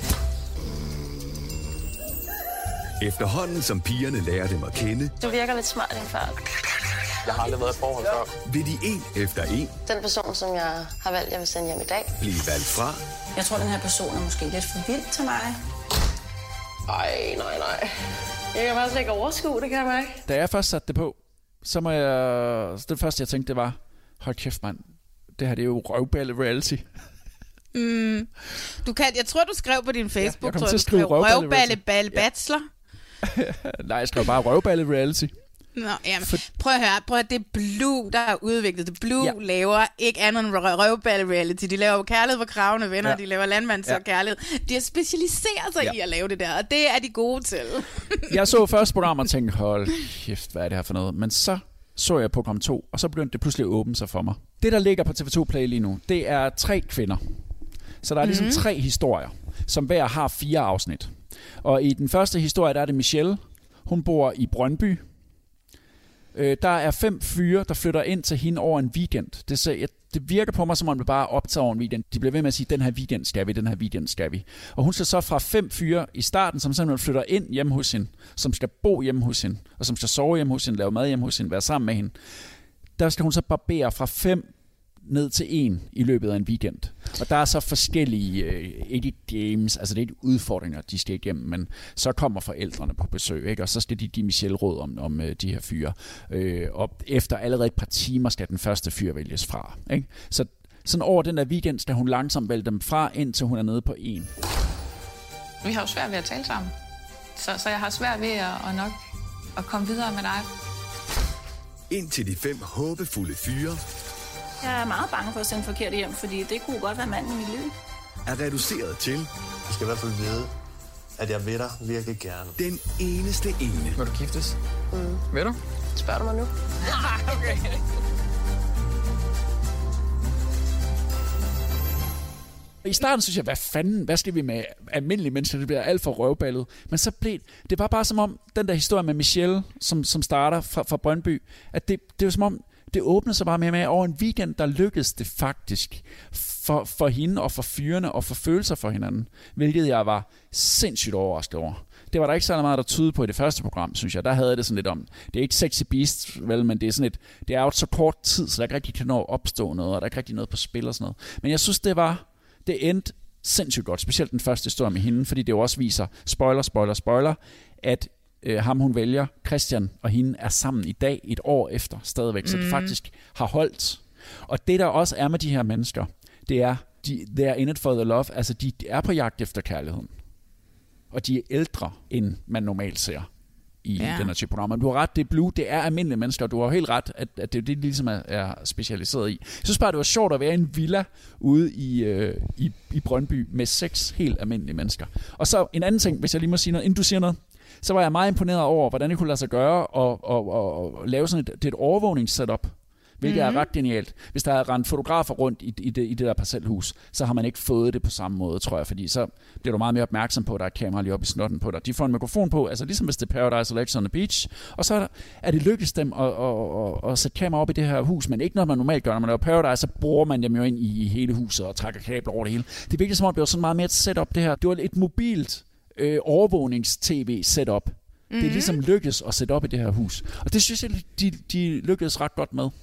Efterhånden som pigerne lærer dem at kende, Du virker lidt smart, din far. Jeg har aldrig været i forhold før. vil de en efter en Den person, som jeg har valgt, jeg vil sende hjem i dag. blive valgt fra. Jeg tror, den her person er måske lidt for vild til mig. Ej, nej, nej. Jeg kan faktisk ikke overskue det, kan jeg mærke. Da jeg først satte det på, så må jeg... Det første, jeg tænkte, det var, hold kæft, mand. Det her, det er jo røvballe reality. Mm. Du kan, jeg tror, du skrev på din Facebook, ja, tror jeg du skrev røvballe, røvballe balle bachelor. Nej, jeg skrev bare røvballe reality. Nå, jamen, For... prøv at høre, prøv at det Blue, der er udviklet. Det Blue ja. laver ikke andet end røvballe reality. De laver kærlighed for kravene venner, ja. de laver landmands ja. og kærlighed. De har specialiseret sig ja. i at lave det der, og det er de gode til. Jeg så første program og tænkte, hold kæft, hvad er det her for noget? Men så så jeg program to, og så begyndte det pludselig at åbne sig for mig. Det, der ligger på T V to Play lige nu, det er tre kvinder. Så der er ligesom mm-hmm. tre historier, som hver har fire afsnit. Og i den første historie, der er det Michelle. Hun bor i Brøndby. Øh, der er fem fyre, der flytter ind til hende over en weekend. Det, så, jeg det virker på mig, som om det bare optager over en weekend. De bliver ved med at sige, den her weekend skal vi, den her weekend skal vi. Og hun skal så fra fem fyre i starten, som simpelthen flytter ind hjemme hos hende, som skal bo hjemme hos hende, og som skal sove hjemme hos hende, lave mad hjemme hos hende, være sammen med hende. Der skal hun så barbere fra fem ned til en i løbet af en weekend. Og der er så forskellige øh, edit games, altså det er ikke udfordringer, de skal igennem, men så kommer forældrene på besøg, ikke? Og så skal de give Michelle råd om, om øh, de her fyre. Øh, og efter allerede et par timer skal den første fyr vælges fra. Ikke? Så sådan over den der weekend skal hun langsomt vælge dem fra, indtil hun er nede på en. Vi har jo svært ved at tale sammen, så, så jeg har svært ved at, at nok at komme videre med dig. Indtil de fem håbefulde fyre Jeg er meget bange for at sende forkert hjem, fordi det kunne godt være manden i mit liv. er reduceret til Du skal i hvert fald vide, at jeg vil dig virkelig gerne. den eneste ene. Vil du giftes? Mm. Vil du? Spørger du mig nu? Okay. I starten synes jeg, hvad fanden, hvad skal vi med almindelige mennesker, det bliver alt for røvballet. Men så blev det var bare som om, den der historie med Michelle, som, som starter fra, fra Brøndby, at det, det var som om, det åbnede sig bare mere med, over en weekend, der lykkedes det faktisk for, for hende og for fyrene og for følelser for hinanden, hvilket jeg var sindssygt overrasket over. Det var der ikke så meget, der tydede på i det første program, synes jeg. Der havde det sådan lidt om, det er ikke Sexy Beast, vel, men det er sådan et, det er jo så kort tid, så der ikke rigtig kan nå at opstå noget, og der er ikke rigtig noget på spil og sådan noget. Men jeg synes, det var, det endte sindssygt godt, specielt den første historie med hende, fordi det jo også viser, spoiler, spoiler, spoiler, at øh, ham hun vælger, Christian og hende, er sammen i dag, et år efter stadigvæk, mm. så det faktisk har holdt. Og det der også er med de her mennesker, det er, de, they are in it for the love, altså de er på jagt efter kærligheden. Og de er ældre, end man normalt ser i ja. den her type program. Men du har ret, det er blue, det er almindelige mennesker, og du har helt ret, at, at det er det, de ligesom er, er specialiseret i. Jeg synes bare, det var sjovt at være i en villa ude i, øh, i, i Brøndby med seks helt almindelige mennesker. Og så en anden ting, hvis jeg lige må sige noget, inden du siger noget, så var jeg meget imponeret over, hvordan det kunne lade sig gøre og, og, og, og lave sådan et, det et overvågningssetup, hvilket mm-hmm. er ret genialt. Hvis der er rendt fotografer rundt i, i, det, i det der parcelhus, så har man ikke fået det på samme måde, tror jeg, fordi så bliver du meget mere opmærksom på, at der er et kamera lige oppe i snotten på dig. De får en mikrofon på, altså ligesom hvis det er Paradise or Ex on the Beach, og så er det lykkedes dem at, at, at, at sætte kamera op i det her hus, men ikke noget, man normalt gør. Når man laver Paradise, så bruger man dem jo ind i hele huset og trækker kabler over det hele. Det virkelig som om, det var sådan meget mere et setup, det her. Det var et mobilt øh, overvågnings-tv-setup. Mm-hmm. Det er ligesom lykkedes at sætte op i det her hus. Og det synes jeg, de, de lykkedes ret godt med.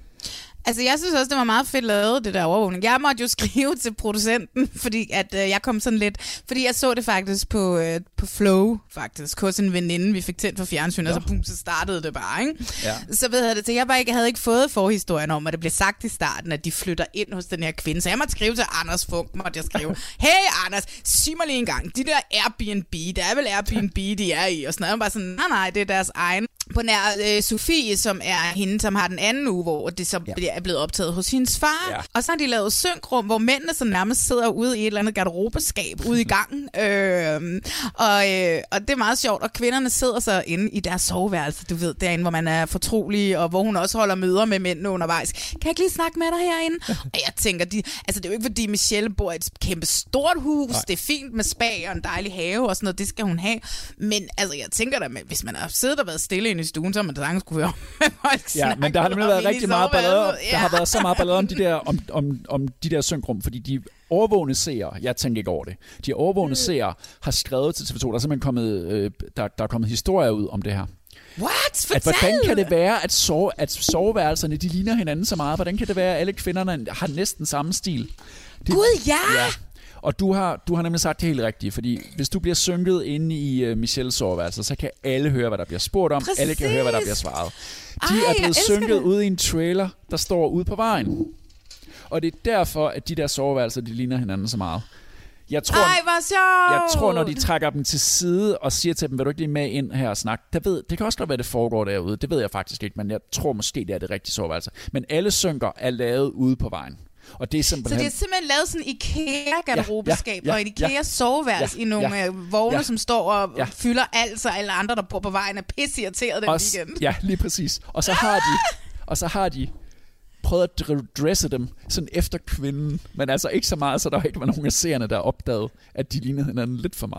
Altså, jeg synes også, det var meget fedt lavet, det der overvågning. Jeg måtte jo skrive til producenten, fordi at øh, jeg kom sådan lidt... Fordi jeg så det faktisk på, øh, på Flow, faktisk, hos en veninde, vi fik tændt for fjernsyn, ja. Og så, boom, så startede det bare, ikke? Ja. Så ved jeg det, så jeg bare ikke, havde ikke fået forhistorien om, at det blev sagt i starten, at de flytter ind hos den her kvinde. Så jeg måtte skrive til Anders Funk, måtte jeg skrive, hey Anders, sig mig lige en gang, de der Airbnb, der er vel Airbnb, de er i, og sådan noget. Jeg bare sådan, nej, nej, det er deres egen. På nær øh, Sofie, som er hende, som har den anden uge, hvor det så ja. er blevet optaget hos hendes far. Ja. Og så har de lavet synkrum, hvor mændene så nærmest sidder ude i et eller andet garderobeskab ude i gangen. øh, og, øh, og det er meget sjovt. Og kvinderne sidder så inde i deres soveværelse, du ved, derinde, hvor man er fortrolig, og hvor hun også holder møder med mændene undervejs. Kan jeg ikke lige snakke med dig herinde? Og jeg tænker, de, altså det er jo ikke, fordi Michelle bor i et kæmpe stort hus. Nej. Det er fint med spa og en dejlig have og sådan noget, det skal hun have. Men altså, jeg tænker da, hvis man har siddet og været stille i stuen, så man da sagtens kunne høre med folk. Ja, men der har nemlig været rigtig meget ballade. Ja. Der har været så meget ballade om de der om, om, om de der synkrum, fordi de overvågne seere, jeg tænker ikke over det. De overvågne mm. seere har skrevet til T V to, der er simpelthen kommet øh, der, der er kommet historier ud om det her. What? Fortæl! At, hvordan kan det være, at, sove, at soveværelserne, de ligner hinanden så meget? Hvordan kan det være, at alle kvinderne har næsten samme stil? De, Gud, ja! ja. Og du har, du har nemlig sagt det helt rigtigt, fordi hvis du bliver synket inde i uh, Michelles soveværelse, så kan alle høre, hvad der bliver spurgt om. Præcis. Alle kan høre, hvad der bliver svaret. De Ej, er blevet synket ude i en trailer, der står ude på vejen. Og det er derfor, at de der soveværelser, de ligner hinanden så meget. Jeg tror, Ej, hvor sjovt! Jeg tror, når de trækker dem til side og siger til dem, vil du ikke lige med ind her og snakke? Der ved, det kan også godt være, det foregår derude. Det ved jeg faktisk ikke, men jeg tror måske, det er det rigtige soveværelse. Men alle synker er lavet ude på vejen. Og det er simpelthen... Så det er simpelthen lavet sådan en IKEA-garderobeskab, ja, ja, ja, og et IKEA-soveværelse ja, i nogle ja, vogne, ja, som står og ja. fylder alt, så alle andre, der bor på vejen, er pisseirriteret den Også, weekend. Ja, lige præcis. Og så har de, og så har de prøvet at dresse dem sådan efter kvinden, men altså ikke så meget, så der ikke var nogen af seerne, der opdagede, at de lignede hinanden lidt for meget.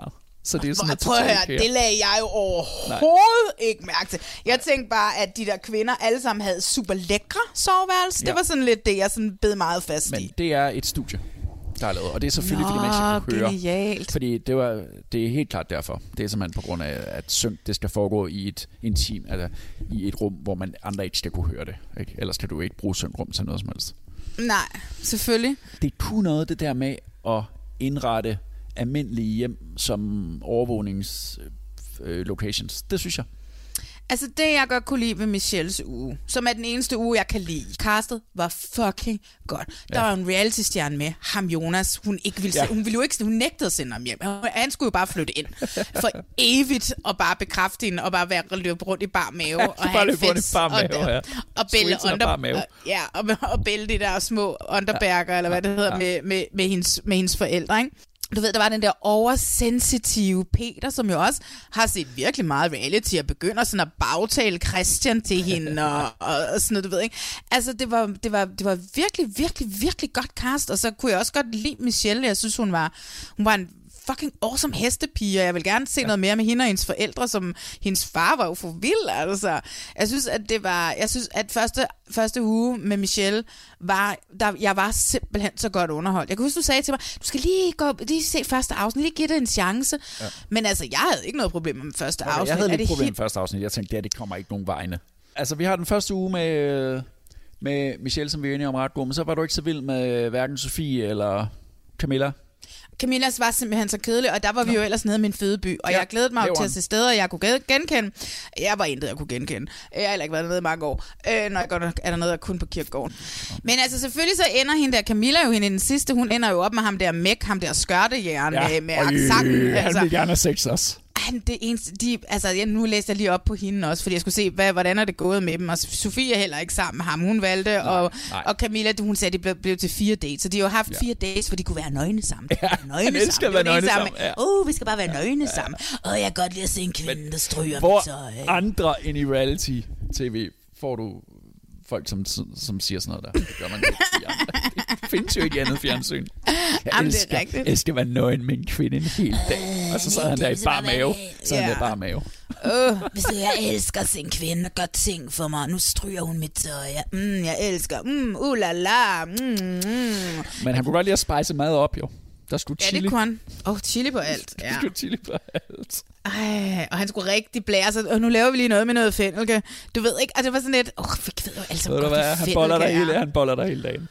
Så det er sådan Prøv at høre, det lagde jeg jo overhovedet Nej. ikke mærke til. Jeg tænkte bare, at de der kvinder alle sammen havde super lækre soveværelse. Ja. Det var sådan lidt det, jeg sådan bed meget fast Men i. det er et studie, der er lavet, og det er selvfølgelig, Nå, fordi man skal kunne høre. Genialt. Fordi det, var, det er helt klart derfor. Det er simpelthen på grund af, at synk, det skal foregå i et intim, altså i et rum, hvor man andre ikke skal kunne høre det. Ikke? Ellers kan du ikke bruge synkrum til noget som helst. Nej, selvfølgelig. Det kunne noget, det der med at indrette almindelige hjem som overvågnings øh, locations. Det synes jeg. Altså det, jeg godt kunne lide ved Michelles uge, som er den eneste uge, jeg kan lide. Castet var fucking godt. Der ja. var en reality-stjerne med, ham Jonas. Hun ikke ville, ja. se, hun ville jo ikke, hun nægtede at sende ham hjem. Han skulle jo bare flytte ind for evigt og bare bekræfte hende og bare være løbe rundt i bar mave. Ja, og bare løbe rundt i bar mave, og, ja. Og bælle under, ja, og, og bælle de der små underbærker, ja. eller hvad det hedder, ja. med, med, med, hendes, med hendes forældre, ikke? Du ved, der var den der oversensitive Peter, som jo også har set virkelig meget reality, og begynder sådan at bagtale Christian til hende, og, og, og sådan noget, du ved, ikke? Altså, det var, det, var, det var virkelig, virkelig, virkelig godt cast, og så kunne jeg også godt lide Michelle. Jeg synes, hun var, hun var en fucking awesome hestepige, og jeg vil gerne se ja. noget mere med hende og hendes forældre, som hendes far var jo for vild, altså. Jeg synes, at det var, jeg synes, at første, første uge med Michelle var, der, jeg var simpelthen så godt underholdt. Jeg kan huske, du sagde til mig, du skal lige gå lige se første afsnit, lige give det en chance. Ja. Men altså, jeg havde ikke noget problem med første okay, afsnit. Jeg havde lidt det problem helt... med første afsnit. Jeg tænkte, det, det kommer ikke nogen vegne. Altså, vi har den første uge med, med Michelle, som vi er enige om ret god, men så var du ikke så vild med hverken Sofie eller Camilla. Camillas var simpelthen så kedelig, og der var vi jo ellers nede i min fødeby, og ja, jeg glædede mig til at se steder, jeg kunne genkende. Jeg var intet, jeg kunne genkende. Jeg har heller ikke været nede i mange år, øh, når jeg godt er dernede og kun på kirkegården. Men altså selvfølgelig så ender hende der, Camilla jo hende i den sidste, hun ender jo op med ham der Mæk, ham der skørtejern ja. med, med accenten. Altså, han vil gerne have sex også. Han, det eneste, de, altså jeg, nu læste jeg lige op på hende også, fordi jeg skulle se, hvad, hvordan er det gået med dem, og Sofie er heller ikke sammen med ham, hun valgte, nej, og, nej. og Camilla, hun sagde, de blev, blev til fire dates, så de har jo haft ja. fire dates, hvor de kunne være nøgne sammen. Ja, nøgne han elsker at være nøgne sammen. Åh, ja. oh, vi skal bare være nøgne ja. sammen. Og jeg kan godt lide at se en kvinde, men, der stryger hvor tøj. andre end i reality-tv får du folk, som, som siger sådan noget der. Det gør man ikke i andre. Det findes jo ikke i andet fjernsyn. Jeg Jamen, elsker, elsker at være nøgen med en kvinde en hel dag. Og så sad han der i bar mave. Så han der i bar mave. Uh, hvis du, jeg elsker at se en kvinde, gør ting for mig. Nu stryger hun mit tøj. Mm, jeg elsker. Mm, uh la la. Mm, mm. Men han kunne godt lide at spice mad op, jo. Der skulle chili. Ja, det kunne han. Åh, oh, chili på alt. Ja. Der skulle chili på alt. Ej, og han skulle rigtig blære sig. Og nu laver vi lige noget med noget fennelke. Du ved ikke, og det var sådan lidt, åh, oh, vi ved jo altså godt, hvad han boller der hele, han boller der hele dagen.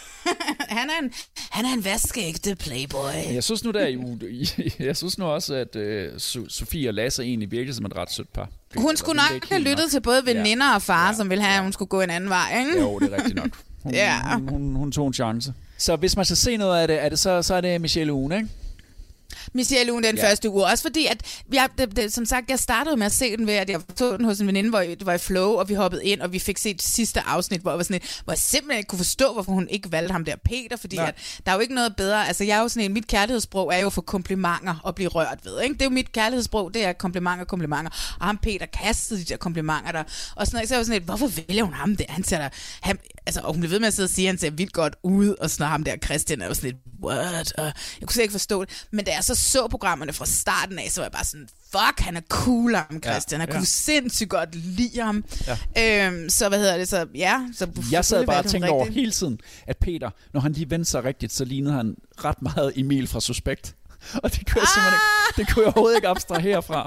han, er en, han er en vaskeægte playboy. Jeg synes nu der jo, jeg synes nu også, at uh, Sofie og Lasse egentlig virkede som et ret sødt par. Det hun skulle nok have lyttet nok. til både veninder ja. og far, ja. som ville have, at hun skulle gå en anden vej, ikke? Jo, det er rigtigt nok. Hun, ja. hun, hun, hun tog en chance. Så hvis man skal se noget af det, er det så, så er det Michelle Ugen, ikke? Michelle Ugen den ja. første uge. Også fordi, at jeg, det, det, som sagt, jeg startede med at se den ved, at jeg tog den hos en veninde, hvor det var i flow, og vi hoppede ind, og vi fik set sidste afsnit, hvor jeg, var sådan et, hvor jeg simpelthen ikke kunne forstå, hvorfor hun ikke valgte ham der Peter, fordi at, der er jo ikke noget bedre. Altså, jeg er jo sådan en, mit kærlighedssprog er jo for komplimenter og blive rørt ved, ikke? Det er jo mit kærlighedssprog, det er komplimenter, komplimenter. Og ham Peter kastede de der komplimenter der. Og sådan, så er jeg sådan et, hvorfor vælger hun ham der? Han ser der, han, altså, og hun blev ved med at sidde og sige, at han ser vildt godt ud, og sådan ham der Christian er jo sådan et, what? Og jeg kunne slet ikke forstå det. Men da jeg så så programmerne fra starten af, så var jeg bare sådan, fuck, han er cool ham, Christian. Ja, ja. Jeg kunne sindssygt godt lide ham. Ja. Øhm, så hvad hedder det, så ja. Så jeg sad bare og tænkte over hele tiden, at Peter, når han lige vendte sig rigtigt, så lignede han ret meget Emil fra Suspekt. Og det kunne jeg ah! simpelthen ikke, det kunne jeg overhovedet ikke abstrahere fra.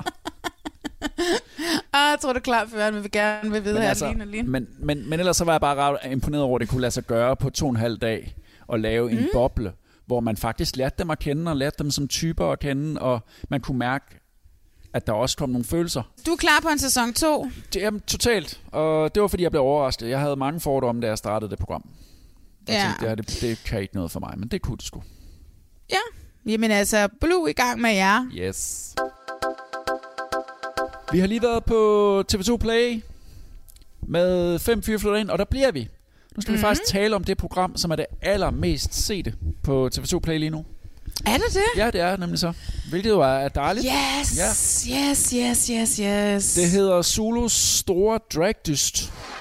Ah, jeg tror, det er klart for, at vi vil gerne vil vide men her altså, lige, lige. Men, men, men ellers så var jeg bare ret imponeret over, at det kunne lade sig gøre på to og en halv dag og lave mm. en boble, hvor man faktisk lærte dem at kende, og lærte dem som typer at kende, og man kunne mærke, at der også kom nogle følelser. Du er klar på en sæson to? Det er totalt, og det var fordi, jeg blev overrasket. Jeg havde mange fordomme, da jeg startede det program. Jeg ja. tænkte, ja, det, det kan ikke noget for mig, men det kunne det sgu. Ja, jamen altså, Blue i gang med jer. Yes. Vi har lige været på T V to Play med fem fyre flytter ind, og der bliver vi. Nu skal mm-hmm. vi faktisk tale om det program, som er det allermest sete på T V to Play lige nu. Er det det? Ja, det er nemlig så. Hvilket jo er dejligt. Yes, ja. yes, yes, yes, yes. Det hedder Zulus store dragdyst.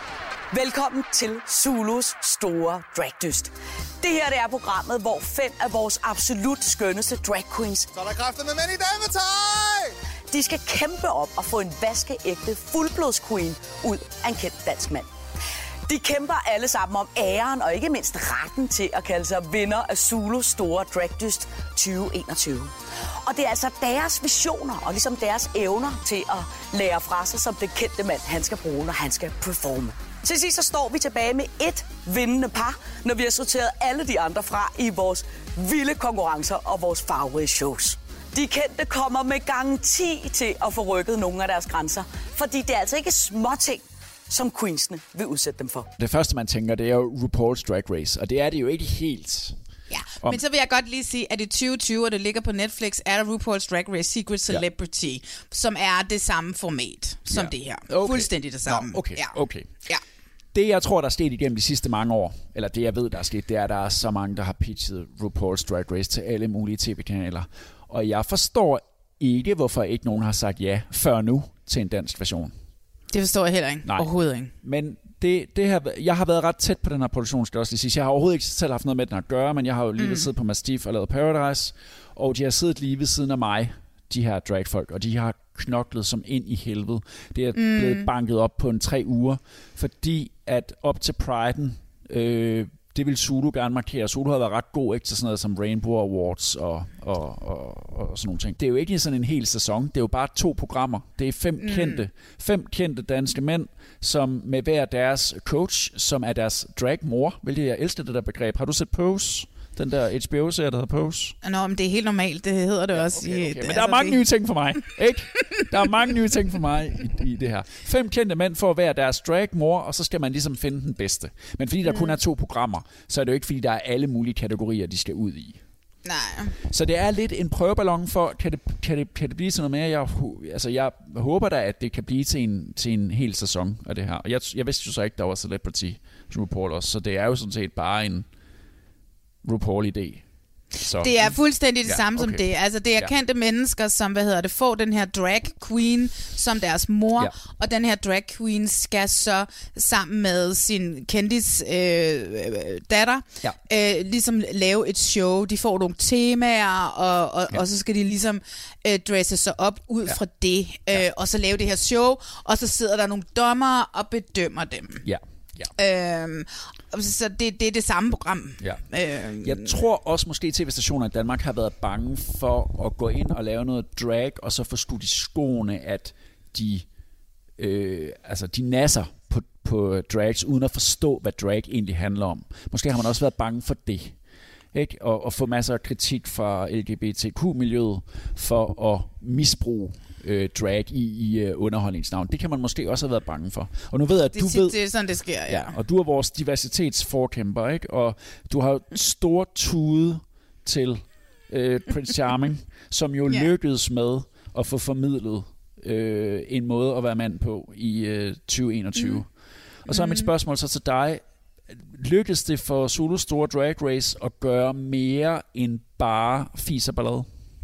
Velkommen til Zulus store dragdyst. Det her det er programmet, hvor fem af vores absolut skønneste drag queens... Så er der kræfter med mænd i dametøj! De skal kæmpe op og få en vaskeægte fuldblodsqueen ud af en kendt dansk mand. De kæmper alle sammen om æren og ikke mindst retten til at kalde sig vinder af Zulus store dragdyst tyve enogtyve. Og det er altså deres visioner og ligesom deres evner til at lære fra sig, som den kendte mand, han skal bruge, når han skal performe. Til sidst så står vi tilbage med et vindende par, når vi har sorteret alle de andre fra i vores vilde konkurrencer og vores farverige shows. De kendte kommer med garanti til at få rykket nogle af deres grænser, fordi det er altså ikke småting, som queensene vil udsætte dem for. Det første, man tænker, det er jo RuPaul's Drag Race, og det er det jo ikke helt. Ja, om... men så vil jeg godt lige sige, at i tyve tyve, og det ligger på Netflix, er der RuPaul's Drag Race Secret Celebrity, ja. Som er det samme format som ja. Det her. Okay. Fuldstændig det samme. Nå, okay, ja. okay. Ja. Det, jeg tror, der er sket igennem de sidste mange år, eller det, jeg ved, der er sket, det er, at der er så mange, der har pitchet RuPaul's Drag Race til alle mulige tv-kanaler. Og jeg forstår ikke, hvorfor ikke nogen har sagt ja før nu til en dansk version. Det forstår jeg heller ikke. Nej. Overhovedet ikke. Men det, det her, jeg har været ret tæt på den her produktion, skal jeg også lige sige. Jeg har overhovedet ikke selv haft noget med den at gøre, men jeg har jo lige mm. siddet på Mastiff og lavet Paradise, og de har siddet lige ved siden af mig, de her dragfolk, og de har knoklet som ind i helvede. Det er mm. blevet banket op på en tre uger, fordi at op til Pride'en, øh, det vil Zulu gerne markere. Zulu har været ret god, ikke, til sådan noget som Rainbow Awards og, og, og, og sådan nogle ting. Det er jo ikke sådan en hel sæson. Det er jo bare to programmer. Det er fem mm. kendte, fem kendte danske mænd, som med hver deres coach, som er deres dragmor, hvilket jeg elsker det der begreb. Har du set Pose? Den der H B O-serie, der hedder Pose? Nå, men det er helt normalt. Det hedder det ja, også. Okay, okay. I, Men det, der er altså mange det... nye ting for mig, ikke? Der er mange nye ting for mig i, i det her. Fem kendte mænd får hver deres dragmor, og så skal man ligesom finde den bedste. Men fordi der mm. kun er to programmer, så er det jo ikke, fordi der er alle mulige kategorier, de skal ud i. Nej. Så det er lidt en prøveballon for, kan det, kan det, kan det blive sådan noget mere? Jeg, altså, jeg håber da, at det kan blive til en, til en hel sæson af det her. Og jeg, jeg vidste jo så ikke, der var Celebrity RuPaul også, så det er jo sådan set bare en RuPaul-idé. Så. Det er fuldstændig det ja, samme okay. som det. Altså det er ja. kendte mennesker, som hvad hedder det, får den her drag queen som deres mor, ja. Og den her drag queen skal så sammen med sin kendis øh, datter ja. øh, ligesom lave et show. De får nogle temaer, og, og, ja. og så skal de ligesom øh, dresse sig op ud ja. Fra det, øh, ja. Og så lave det her show, og så sidder der nogle dommere og bedømmer dem. Ja. Ja. Øhm, så det, det er det samme program. Ja. Øhm. Jeg tror også måske tv-stationer i Danmark har været bange for at gå ind og lave noget drag, og så få skudt i skoene, at de, øh, altså de nasser på, på drags, uden at forstå, hvad drag egentlig handler om. Måske har man også været bange for det. Ikke? Og, og få masser af kritik fra L G B T Q-miljøet for at misbruge øh, drag i, i øh, underholdningsnavn. Det kan man måske også have været bange for. Og nu ved jeg, at det, du det, ved... Det er sådan, det sker, ja. ja. Og du er vores diversitetsforkæmper, ikke? Og du har stor tude til øh, Prince Charming, som jo yeah. lykkedes med at få formidlet øh, en måde at være mand på i øh, tyve enogtyve. Mm. Og så er mit spørgsmål så til dig. Lykkedes det for Zulus store drag race at gøre mere end bare fis og ballade?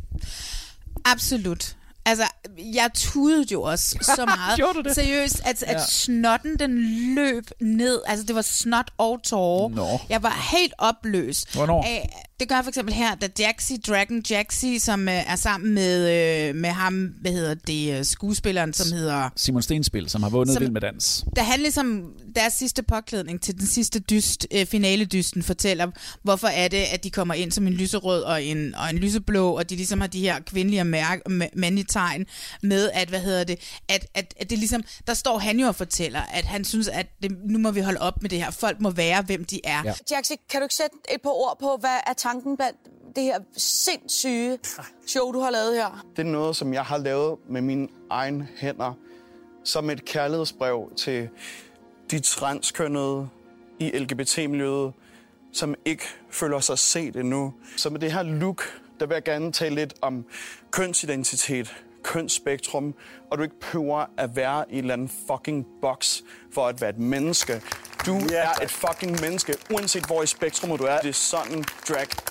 Absolut. Altså, jeg tudede jo også så meget. Gjorde du det? Seriøst, at, at ja. Snotten, den løb ned. Altså, det var snot og tårer. Nå. Jeg var helt opløst. Hvornår? Af, det gør jeg for eksempel her, da Jaxi, Dragon Jaxi, som øh, er sammen med, øh, med ham, hvad hedder det, skuespilleren, som hedder... Simon Stenspil, som har vundet Vild med Dans. Da han ligesom, deres sidste påklædning til den sidste dyst, øh, finaledysten, fortæller, hvorfor er det, at de kommer ind som en lyserød og en, og en lyseblå, og de ligesom har de her kvindelige mærke, mandlige tegn med, at, hvad hedder det, at, at, at det ligesom, der står han jo og fortæller, at han synes, at det, nu må vi holde op med det her. Folk må være, hvem de er. Ja. Jaxi, kan du ikke sætte et par ord på, hvad er tanken blandt det her sindssyge show, du har lavet her? Det er noget, som jeg har lavet med mine egne hænder, som et kærlighedsbrev til de transkønnede i L G B T-miljøet, som ikke føler sig set endnu. Så med det her look, der vil jeg gerne tale lidt om kønsidentitet, kønsspektrum, og du ikke behøver at være i en eller anden fucking boks for at være et menneske. Du yeah. er et fucking menneske, uanset hvor i spektrummet du er. Det er sådan, drag er.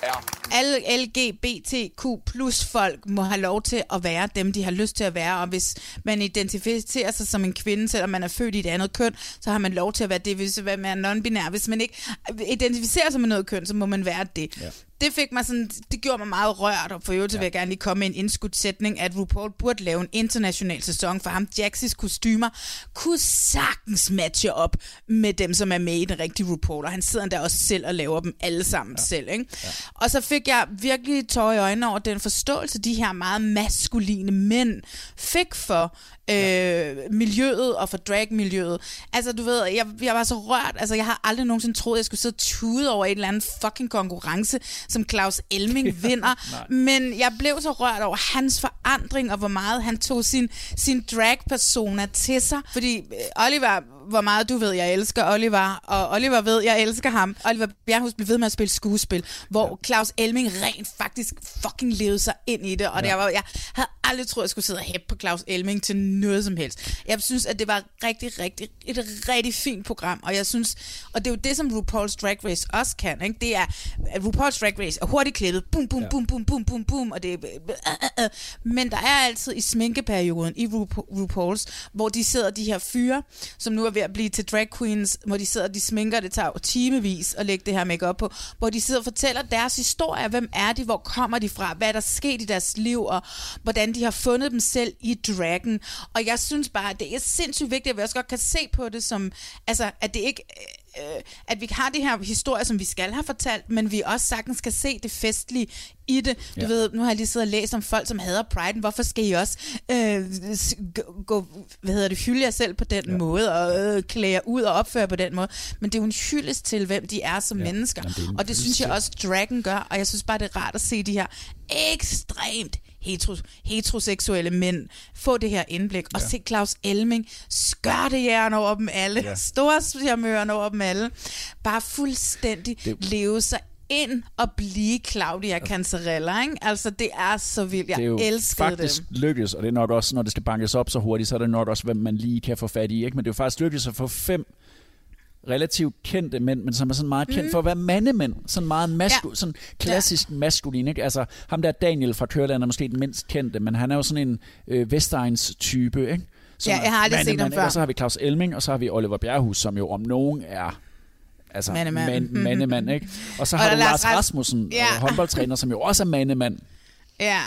alle L G B T Q plus folk må have lov til at være dem, de har lyst til at være, og hvis man identificerer sig som en kvinde, selvom man er født i et andet køn, så har man lov til at være det, hvis man er non-binær. Hvis man ikke identificerer sig med noget køn, så må man være det. Ja. Det fik mig sådan, det gjorde mig meget rørt, og for øvrigt ja. vil jeg gerne lige komme med en indskudsætning, at RuPaul burde lave en international sæson, for ham Jaxis kostymer kunne sagtens matche op med dem, som er med i den rigtige RuPaul, og han sidder der også selv og laver dem alle sammen ja. selv, ikke? Ja. Og så fik jeg virkelig tårer i øjnene over den forståelse, de her meget maskuline mænd fik for øh, ja. miljøet og for drag-miljøet. Altså, du ved, jeg, jeg var så rørt, altså jeg har aldrig nogensinde troet, at jeg skulle sidde og tude over et eller andet fucking konkurrence, som Claus Elming vinder, men jeg blev så rørt over hans forandring, og hvor meget han tog sin, sin drag-persona til sig, fordi Oliver, hvor meget du ved, jeg elsker Oliver, og Oliver ved, jeg elsker ham. Oliver Bjerghus blev ved med at spille skuespil, hvor ja. Claus Elming rent faktisk fucking levede sig ind i det, og ja. det var, jeg havde aldrig troet, at jeg skulle sidde og hæppe på Claus Elming til noget som helst. Jeg synes, at det var rigtig, rigtig, et rigtig fint program, og jeg synes, og det er jo det, som RuPaul's Drag Race også kan, ikke? Det er, at RuPaul's Drag Race er hurtigt klippet, bum, bum, bum, bum, bum, bum, bum, og det er, men der er altid i sminkeperioden i RuPaul's, hvor de sidder de her fyre, som nu er ved at blive til drag queens, hvor de sidder og de sminker, det tager timevis at lægge det her make-up på, hvor de sidder og fortæller deres historie, hvem er de, hvor kommer de fra, hvad er der sket i deres liv, og hvordan de har fundet dem selv i dragen. Og jeg synes bare, at det er sindssygt vigtigt, at vi også godt kan se på det som, altså, at det ikke øh, at vi har de her historier, som vi skal have fortalt, men vi også sagtens skal se det festlige i det. Du ja. ved, nu har jeg lige siddet og læst om folk, som hader Pride. Hvorfor skal I også øh, gå, hvad hedder det, hylde jer selv på den ja. måde, og øh, klæde jer ud og opføre på den måde? Men det er jo en hyldest til, hvem de er som ja. mennesker. Jamen, det og det synes jeg også, Dragon gør, og jeg synes bare, det er rart at se de her ekstremt hetero, heteroseksuelle mænd få det her indblik, og ja. se Claus Elming skørte jern over dem alle, ja. store charmøren over dem alle, bare fuldstændig det... leve sig ind og blive Claudia Cantarella, ikke? Altså, det er så vildt. Jeg elsker det. Det er jo faktisk lykkedes, og det er nok også, når det skal bankes op så hurtigt, så er det nok også, hvad man lige kan få fat i, ikke? Men det er jo faktisk lykkedes at få fem relativt kendte mænd, men som er sådan meget kendt mm. for at være mandemænd. Sådan meget masku- ja. sådan klassisk ja. maskulin, ikke? Altså, ham der Daniel fra Køreland er måske den mindst kendte, men han er jo sådan en øh, Vestegns type, ikke? Som ja, jeg har aldrig set ham før. Og så har vi Claus Elming, og så har vi Oliver Bjerghus, som jo om nogen er altså mandemand, man, mandemand, ikke? Og så har og du Lars Rasmussen, ja. håndboldtræner, som jo også er mandemand. Ja.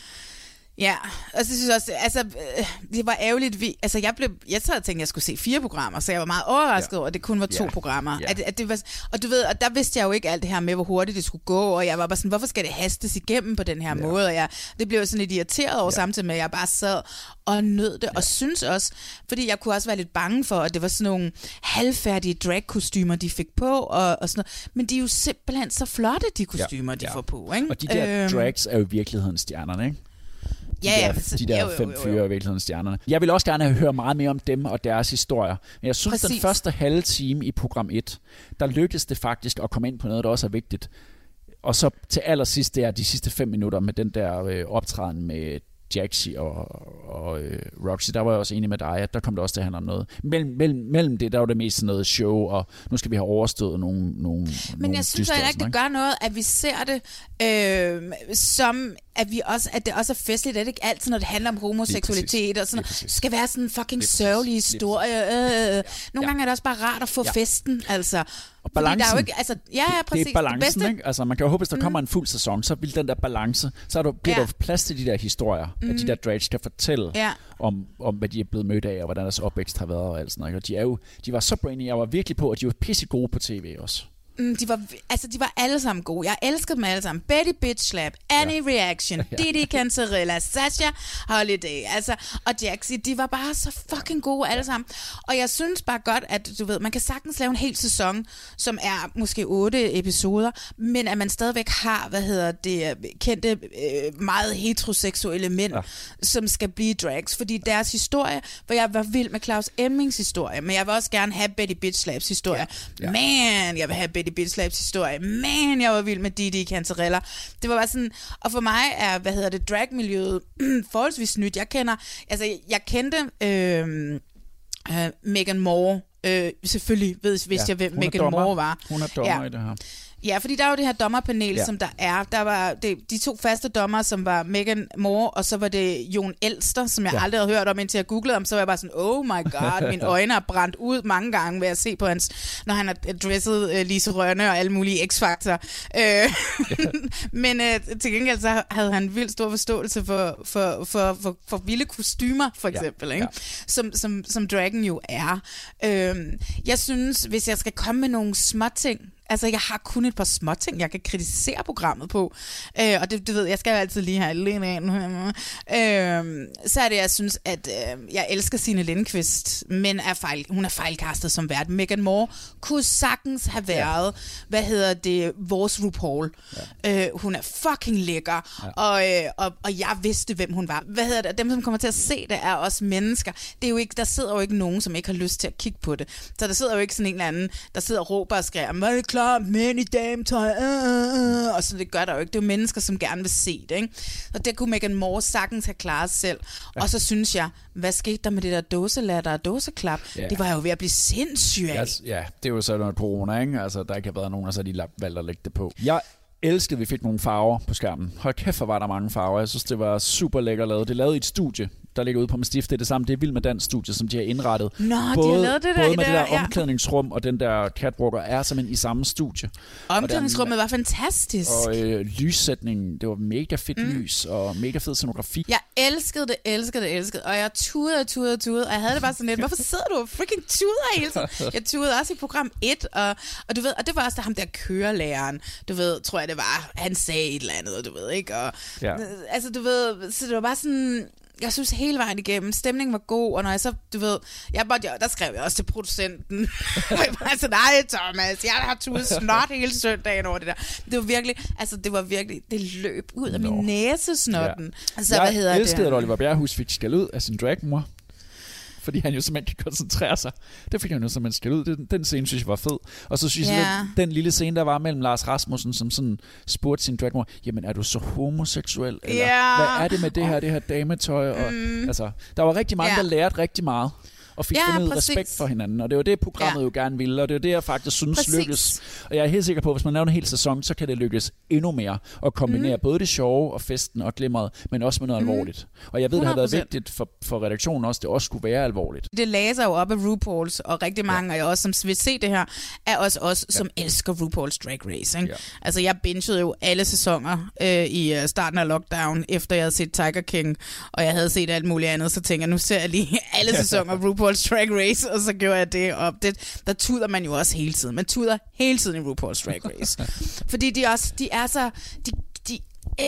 Ja, og så synes jeg også, altså, øh, det var ærgerligt, vi, altså, jeg blev, jeg sad og tænkte, at jeg skulle se fire programmer, så jeg var meget overrasket ja. over, at det kun var to ja. programmer. Ja. At, at det var, og du ved, og der vidste jeg jo ikke alt det her med, hvor hurtigt det skulle gå, og jeg var bare sådan, hvorfor skal det hastes igennem på den her ja. måde, og jeg, det blev sådan lidt irriteret over ja. samtidig med, at jeg bare sad og nød det, ja. og synes også, fordi jeg kunne også være lidt bange for, at det var sådan nogle halvfærdige drag-kostymer, de fik på, og, og sådan noget, men de er jo simpelthen så flotte, de kostymer, ja. de ja. får på, ikke? Og de der øhm, drags er jo i virkeligheden stjernerne, ikke? De ja, der, de der jo, jo, fem fyre i virkeligheden stjernerne. Jeg vil også gerne høre meget mere om dem og deres historier. Men jeg synes, Præcis. den første halve time i program et, der lykkedes det faktisk at komme ind på noget, der også er vigtigt. Og så til allersidst, det er de sidste fem minutter med den der øh, optræden med Jaxi og, og øh, Roxy, der var jeg også enig med dig, at der kom det også til at handle om noget. Mellem, mellem, mellem det, der var det mest noget show, og nu skal vi have overstået nogle nogle Men nogle jeg synes heller ikke, det gør noget, at vi ser det øh, som, at, vi også, at det også er festligt, at det ikke altid, når det handler om homoseksualitet, og sådan noget, skal være sådan en fucking sørgelig historie. Øh, nogle ja. gange er det også bare rart at få ja. festen, altså. Og balancen, der er jo ikke, altså, ja, ja, præcis, det er balancen, det ikke? Altså, man kan jo håbe, hvis der mm. kommer en fuld sæson, så vil den der balance, så der, bliver ja. der plads til de der historier, mm. at de der drags skal fortælle ja. om, om, hvad de er blevet mødt af, og hvordan deres opvækst har været, og alt sådan noget. Og de, er jo, de var så brainy, jeg var virkelig på, at de var pisse gode på tv også. Mm, de var, altså, de var alle sammen gode. Jeg elskede dem alle sammen. Betty Bitch Slap, Annie ja. Reaction, ja. Didi Cantarella, Sasha Holiday, altså, og Jaxi, de var bare så fucking gode alle sammen. Og jeg synes bare godt, at du ved, man kan sagtens lave en hel sæson, som er måske otte episoder, men at man stadigvæk har, hvad hedder det, kendte, øh, meget heteroseksuelle mænd, ja. som skal blive drags, fordi deres historie, for jeg var vild med Claus Elmings historie, men jeg vil også gerne have Betty Bitch Slaps historie. Ja. Ja. Man, jeg vil have Betty Bitch Slaps historie. Man, jeg var vild med Didi Cantarella. Det var bare sådan, og for mig er, hvad hedder det, dragmiljøet forholdsvis nyt. Jeg kender, altså jeg kendte øh, øh, Megan Moore, øh, selvfølgelig ved, vidste ja, jeg, hvem Megan Moore var. Hun er dommer ja. i det her. Ja, fordi der er jo det her dommerpanel, ja. som der er. Der var det, de to faste dommer, som var Megan Moore, og så var det Jon Elster, som jeg ja. aldrig havde hørt om, indtil jeg googlede ham. Så var jeg bare sådan, oh my god, mine øjne er brændt ud mange gange ved at se på hans, når han har dresset uh, Lise Rønne og alle mulige X-Factor. Uh, men uh, til gengæld så havde han vildt stor forståelse for, for, for, for, for vilde kostymer, for eksempel, ja. Ikke? Ja. Som, som, som Dragon jo er. Uh, jeg synes, hvis jeg skal komme med nogle små ting, altså, jeg har kun et par småting, jeg kan kritisere programmet på. Øh, og det, du ved, jeg skal jo altid lige have lidt ind. Øh, så er det, jeg synes, at øh, jeg elsker Signe Lindqvist, men er fejl, hun er fejlkastet som vært. Megan Moore kunne sagtens have været, ja. hvad hedder det, vores RuPaul. Ja. Øh, hun er fucking lækker, ja. og, øh, og, og jeg vidste, hvem hun var. Hvad hedder det? Dem, som kommer til at se det, er også mennesker. Det er jo ikke, der sidder jo ikke nogen, som ikke har lyst til at kigge på det. Så der sidder jo ikke sådan en eller anden, der sidder og råber og skriger, hvad er det klar, mænd i dametøj, øh, øh, og så det gør der jo ikke. Det er jo mennesker, som gerne vil se det, ikke? Og det kunne Megan Moore sagtens have klaret selv. Ja. Og så synes jeg, hvad skete der med det der dåselatter og dåseklap? Ja. Det var jo ved at blive sindssygt af. Yes, ja, det er jo så noget corona, ikke? Altså, der ikke har været nogen, og så de valgt at lægge det på. Jeg elskede, at vi fik nogle farver på skærmen. Hold kæft, hvor var der mange farver. Jeg synes, det var super lækker lavet. Det er lavet i et studie, der ligger ude på Mastiff. Det er det samme. Det er Vild med Dans studie, som de har indrettet. Nå, både, de har lavet det der. Både med der, det der ja. omklædningsrum og den der catwalker er simpelthen i samme studie. Omklædningsrummet var fantastisk. Og øh, lyssætningen, det var mega fedt mm. lys og mega fed scenografi. Jeg elskede det, elskede det, elskede og jeg tudede, tudede, tudede, og jeg havde det bare sådan lidt, hvorfor sidder du og freaking tuder hele tiden? Jeg tudede også i program et, og, og du ved, og det var også der ham der kørelæreren, du ved, tror jeg det var, han sagde et eller andet, du ved, ikke? Og, ja. Altså, du ved, så det var bare sådan, jeg synes hele vejen igennem, stemningen var god, og når jeg så, du ved, jeg bare, der skrev jeg også til producenten, og jeg bare så, nej Thomas, jeg har tudet snot hele søndagen over det der. Det var virkelig, altså det var virkelig, det løb ud af Nå. min næse, snotten. Ja. Altså, jeg hvad hedder det? elskede, at Oliver Bjerrehus fik skæld ud af sin dragmor, fordi han jo simpelthen kan koncentrere sig. Det fik han jo simpelthen skæld ud. Den, den scene synes jeg var fed. Og så synes yeah. jeg, den, den lille scene, der var mellem Lars Rasmussen, som sådan spurgte sin dragmor, jamen er du så homoseksuel? Eller yeah. hvad er det med det her, det her dametøj? Og, mm. altså, der var rigtig mange, yeah. der lærte rigtig meget. Og fik ja, fundet respekt for hinanden. Og det var det, programmet ja. jo gerne ville. Og det er det, jeg faktisk synes præcis. lykkes. Og jeg er helt sikker på, at hvis man laver en hel sæson, så kan det lykkes endnu mere. At kombinere mm. både det sjove og festen og glimmeret, men også med noget mm. alvorligt. Og jeg ved, hundrede procent. Det har været vigtigt for, for redaktionen også, det også skulle være alvorligt. Det læser jo op af RuPaul's, og rigtig mange, ja. og jeg også, som vil se det her, er også os, ja. som elsker RuPaul's Drag Race. Ikke? Ja. Altså, jeg bingede jo alle sæsoner øh, i starten af lockdown, efter jeg havde set Tiger King, og jeg havde set alt muligt andet, så tænker jeg, nu ser jeg lige alle sæsoner af RuPaul's Drag Race, og så gjorde jeg det op. Det, der tuder man jo også hele tiden. Man tuder hele tiden i RuPaul's Drag Race. Fordi de også, de er så, de, de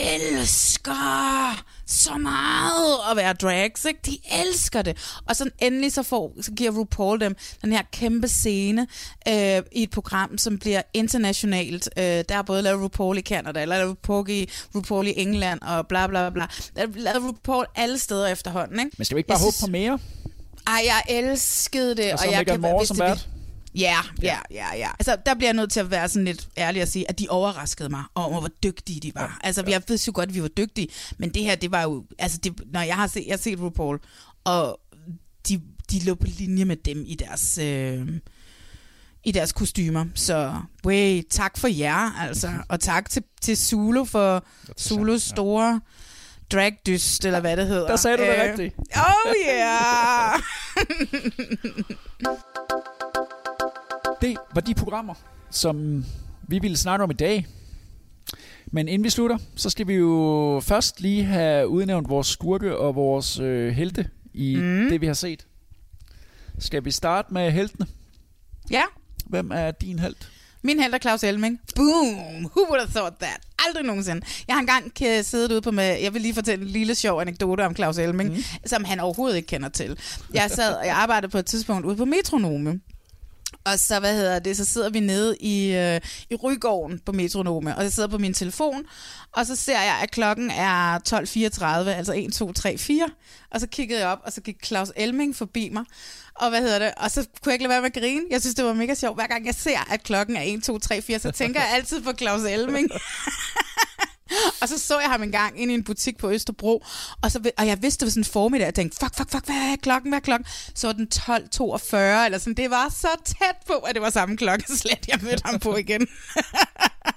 elsker så meget at være drags, ikke? De elsker det. Og så endelig så, får, så giver RuPaul dem den her kæmpe scene øh, i et program, som bliver internationalt. Øh, der er både lavet RuPaul i Canada, eller lavet RuPaul i, RuPaul i England, og bla bla bla. Der er lavet RuPaul alle steder efterhånden, ikke? Men skal vi ikke bare jeg håbe synes, på mere? Ej, jeg elskede det. Og så og jeg kan Moore som vært? Ja, ja, ja, ja. Altså, der bliver jeg nødt til at være sådan lidt ærlig og sige, at de overraskede mig over, hvor dygtige de var. Ja, altså, ja. jeg ved jo godt, at vi var dygtige, men det her, det var jo, altså, det, når jeg har set, jeg har set RuPaul, og de, de lå på linje med dem i deres, øh, i deres kostymer. Så, way, tak for jer, altså. Og tak til, til Zulu for Zulus store dragdyst, eller hvad det hedder. Der sagde du det øh, rigtigt. Oh yeah! Det var de programmer, som vi ville snakke om i dag. Men inden vi slutter, så skal vi jo først lige have udnævnt vores skurke og vores øh, helte i mm. det, vi har set. Skal vi starte med heltene? Ja. Hvem er din helt? Min helt er Claus Elming. Boom! Who would have thought that? Aldrig nogensinde. Jeg har engang siddet ude på med, jeg vil lige fortælle en lille sjov anekdote om Claus Elming, mm. som han overhovedet ikke kender til. Jeg sad og jeg arbejdede på et tidspunkt ude på Metronome. Og så, hvad hedder det, så sidder vi nede i, øh, i Rygården på Metronome, og jeg sidder på min telefon, og så ser jeg, at klokken er tolv fireogtredive, altså en, to, tre, fire, og så kiggede jeg op, og så gik Claus Elming forbi mig, og hvad hedder det, og så kunne jeg ikke lade være med at grine. Jeg synes, det var mega sjovt. Hver gang jeg ser, at klokken er en, to, tre, fire, så tænker jeg altid på Claus Elming. Og så så jeg ham en gang ind i en butik på Østerbro, og, så, og jeg vidste, det var sådan en formiddag, og jeg tænkte, fuck, fuck, fuck, hvad er klokken, hvad er klokken? Så var den tolv toogfyrre, eller sådan, det var så tæt på, at det var samme klokkeslæt, jeg mødte ham på igen.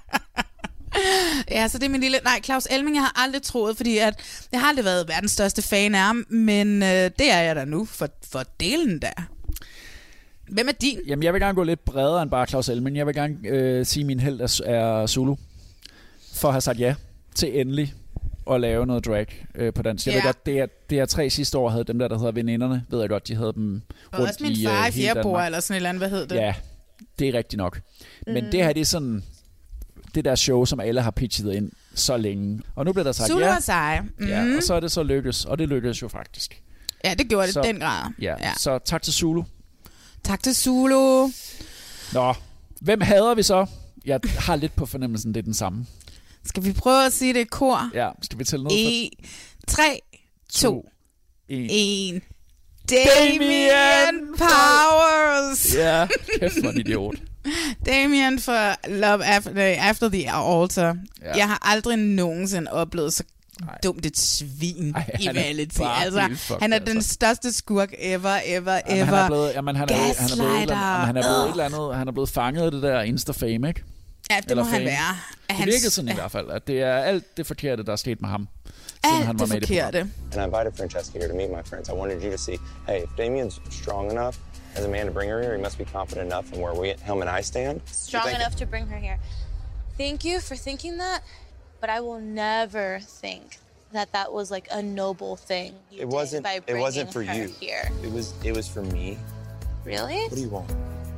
Ja, så det er min lille... Nej, Claus Elming, jeg har aldrig troet, fordi at jeg har aldrig været verdens største fan af ham, men øh, det er jeg da nu, for, for delen der. Hvem er din? Jamen, jeg vil gerne gå lidt bredere end bare Claus Elming. Jeg vil gerne øh, sige, at min held er, er Zulu. For at have sagt ja til endelig at lave noget drag øh, på dansk. Jeg yeah. ved godt, det er, det er tre sidste år havde dem der, der hedder Veninderne, ved jeg godt, de havde dem rundt også min i far øh, i Fjerborg, eller sådan et eller andet, hvad hed det? Ja, det er rigtigt nok. Men mm. det her, det er sådan det der show, som alle har pitchet ind så længe. Og nu bliver der sagt Zulu ja. og seje. Mm. Ja, og så er det så lykkes, og det lykkedes jo faktisk. Ja, det gjorde det så, den grad. Ja, ja, så tak til Zulu. Tak til Zulu. Nå, hvem hader vi så? Jeg har lidt på fornemmelsen, det er den samme. Skal vi prøve at sige det i kor? Ja, skal vi tælle noget? I tre, to, en. Damien Damien Powers! Ja, kæft for en idiot. Damien for Love After, After the Altar. Ja. Jeg har aldrig nogensinde oplevet så Ej. dumt et svin Ej, i reality. Altså, fuck, han er altså. den største skurk ever, ever, jamen, ever. Han er blevet, jamen, han er, han er blevet, han er blevet et eller andet, han er blevet fanget af det der Insta-fame, ikke? Ja, det eller må fame. han være. Det virkede sådan i hvert fald, at det er alt det forkerte, der er sket med ham. Alt han var det med forkerte. And I invited Francesca here to meet my friends. I wanted you to see, hey, if Damien's strong enough as a man to bring her here, he must be confident enough in where we, him and I stand. Strong enough to bring her here. Thank you for thinking that, but I will never think that that was like a noble thing you it wasn't, did by bringing it wasn't for her you. Here. It was, it was for me. Really? What do you want?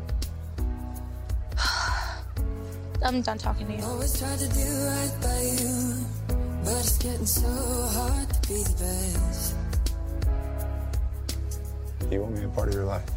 I'm done talking to you. Always tried to do right by you, but it's getting so hard to be the best. You want me a part of your life?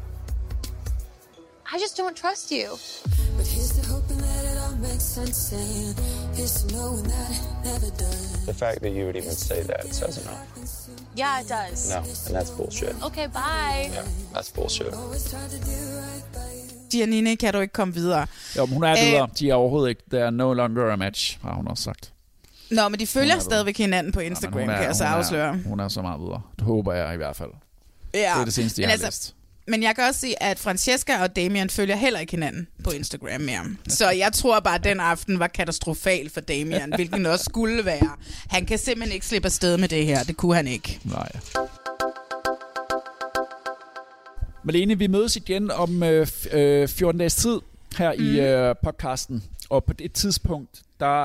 I just don't trust you. But here's to hoping that it all makes sense, and here's to knowing that it never does. The fact that you would even say that says enough. Yeah, it does. No, and that's bullshit. Okay, bye. Yeah, that's bullshit. Giannini, kan du ikke komme videre? Jo, men hun er videre. De er overhovedet ikke. Der er no longer a match, har hun også sagt. Nå, men de følger stadigvæk hinanden på Instagram, ja, er, kan jeg så afsløre. Er, hun er så meget videre. Det håber jeg i hvert fald. Ja. Det er det seneste, jeg men har altså, læst. Men jeg kan også sige, at Francesca og Damien følger heller ikke hinanden på Instagram mere. Så jeg tror bare, at den aften var katastrofal for Damien, hvilken også skulle være. Han kan simpelthen ikke slippe afsted med det her. Det kunne han ikke. Nej. Malene, vi mødes igen om øh, fjorten dages tid her mm. i øh, podcasten. Og på det tidspunkt, der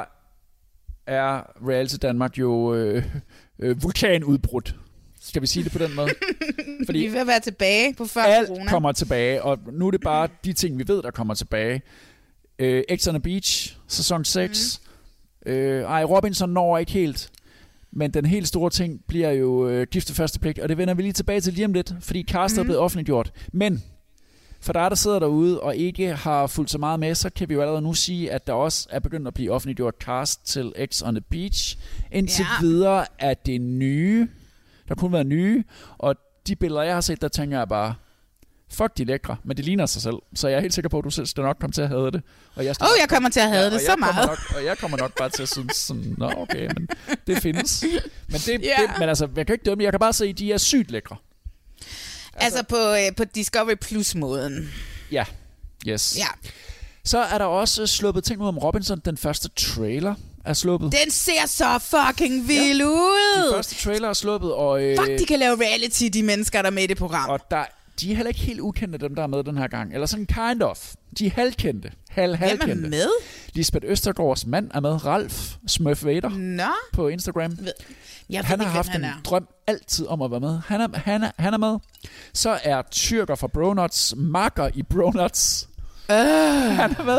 er Reality Danmark jo øh, øh, vulkanudbrudt. Skal vi sige det på den måde? Fordi vi vil være tilbage på før alt corona. Alt kommer tilbage, og nu er det bare de ting, vi ved, der kommer tilbage. Øh, X on the Beach, sæson seks. Mm. Øh, ej, Robinson når ikke helt. Men den helt store ting bliver jo øh, gift ved første blik, og det vender vi lige tilbage til lige om lidt, fordi castet mm. er blevet offentliggjort. Men for dig, der sidder derude og ikke har fulgt så meget med, så kan vi jo allerede nu sige, at der også er begyndt at blive offentliggjort cast til X on the Beach. Indtil ja. videre er det nye. Der kunne være nye, og de billeder, jeg har set, der tænker jeg bare, fuck, de er lækre, men det ligner sig selv. Så jeg er helt sikker på, at du selv skal nok komme til at have det. Og jeg, oh, jeg kommer til at have ja, det så meget. Nok, og jeg kommer nok bare til at synes sådan, nå okay, men det findes. Men, det, yeah. det, men altså, jeg kan ikke dømme, jeg kan bare se, at de er sygt lækre. Altså, altså på, øh, på Discovery Plus-måden. Ja, yes. Ja. Så er der også sluppet ting ud om Robinson. Den første trailer er sluppet. Den ser så fucking vild ja. ud. Den første trailer er sluppet. Og, øh, fuck, de kan lave reality, de mennesker, der er med i det program. Og der, de er heller ikke helt ukendte, dem der er med den her gang. Eller sådan kind of. De er halvkendte. Halv, halvkendte. Hvem er med? Lisbeth Østergaards mand er med. Ralf Smurf Vader. Nå. På Instagram. Jeg han har ikke, haft han en drøm altid om at være med. Han er, han er, han er med. Så er Tyrker fra Bronuts makker i Bronuts. Øh. Han er med.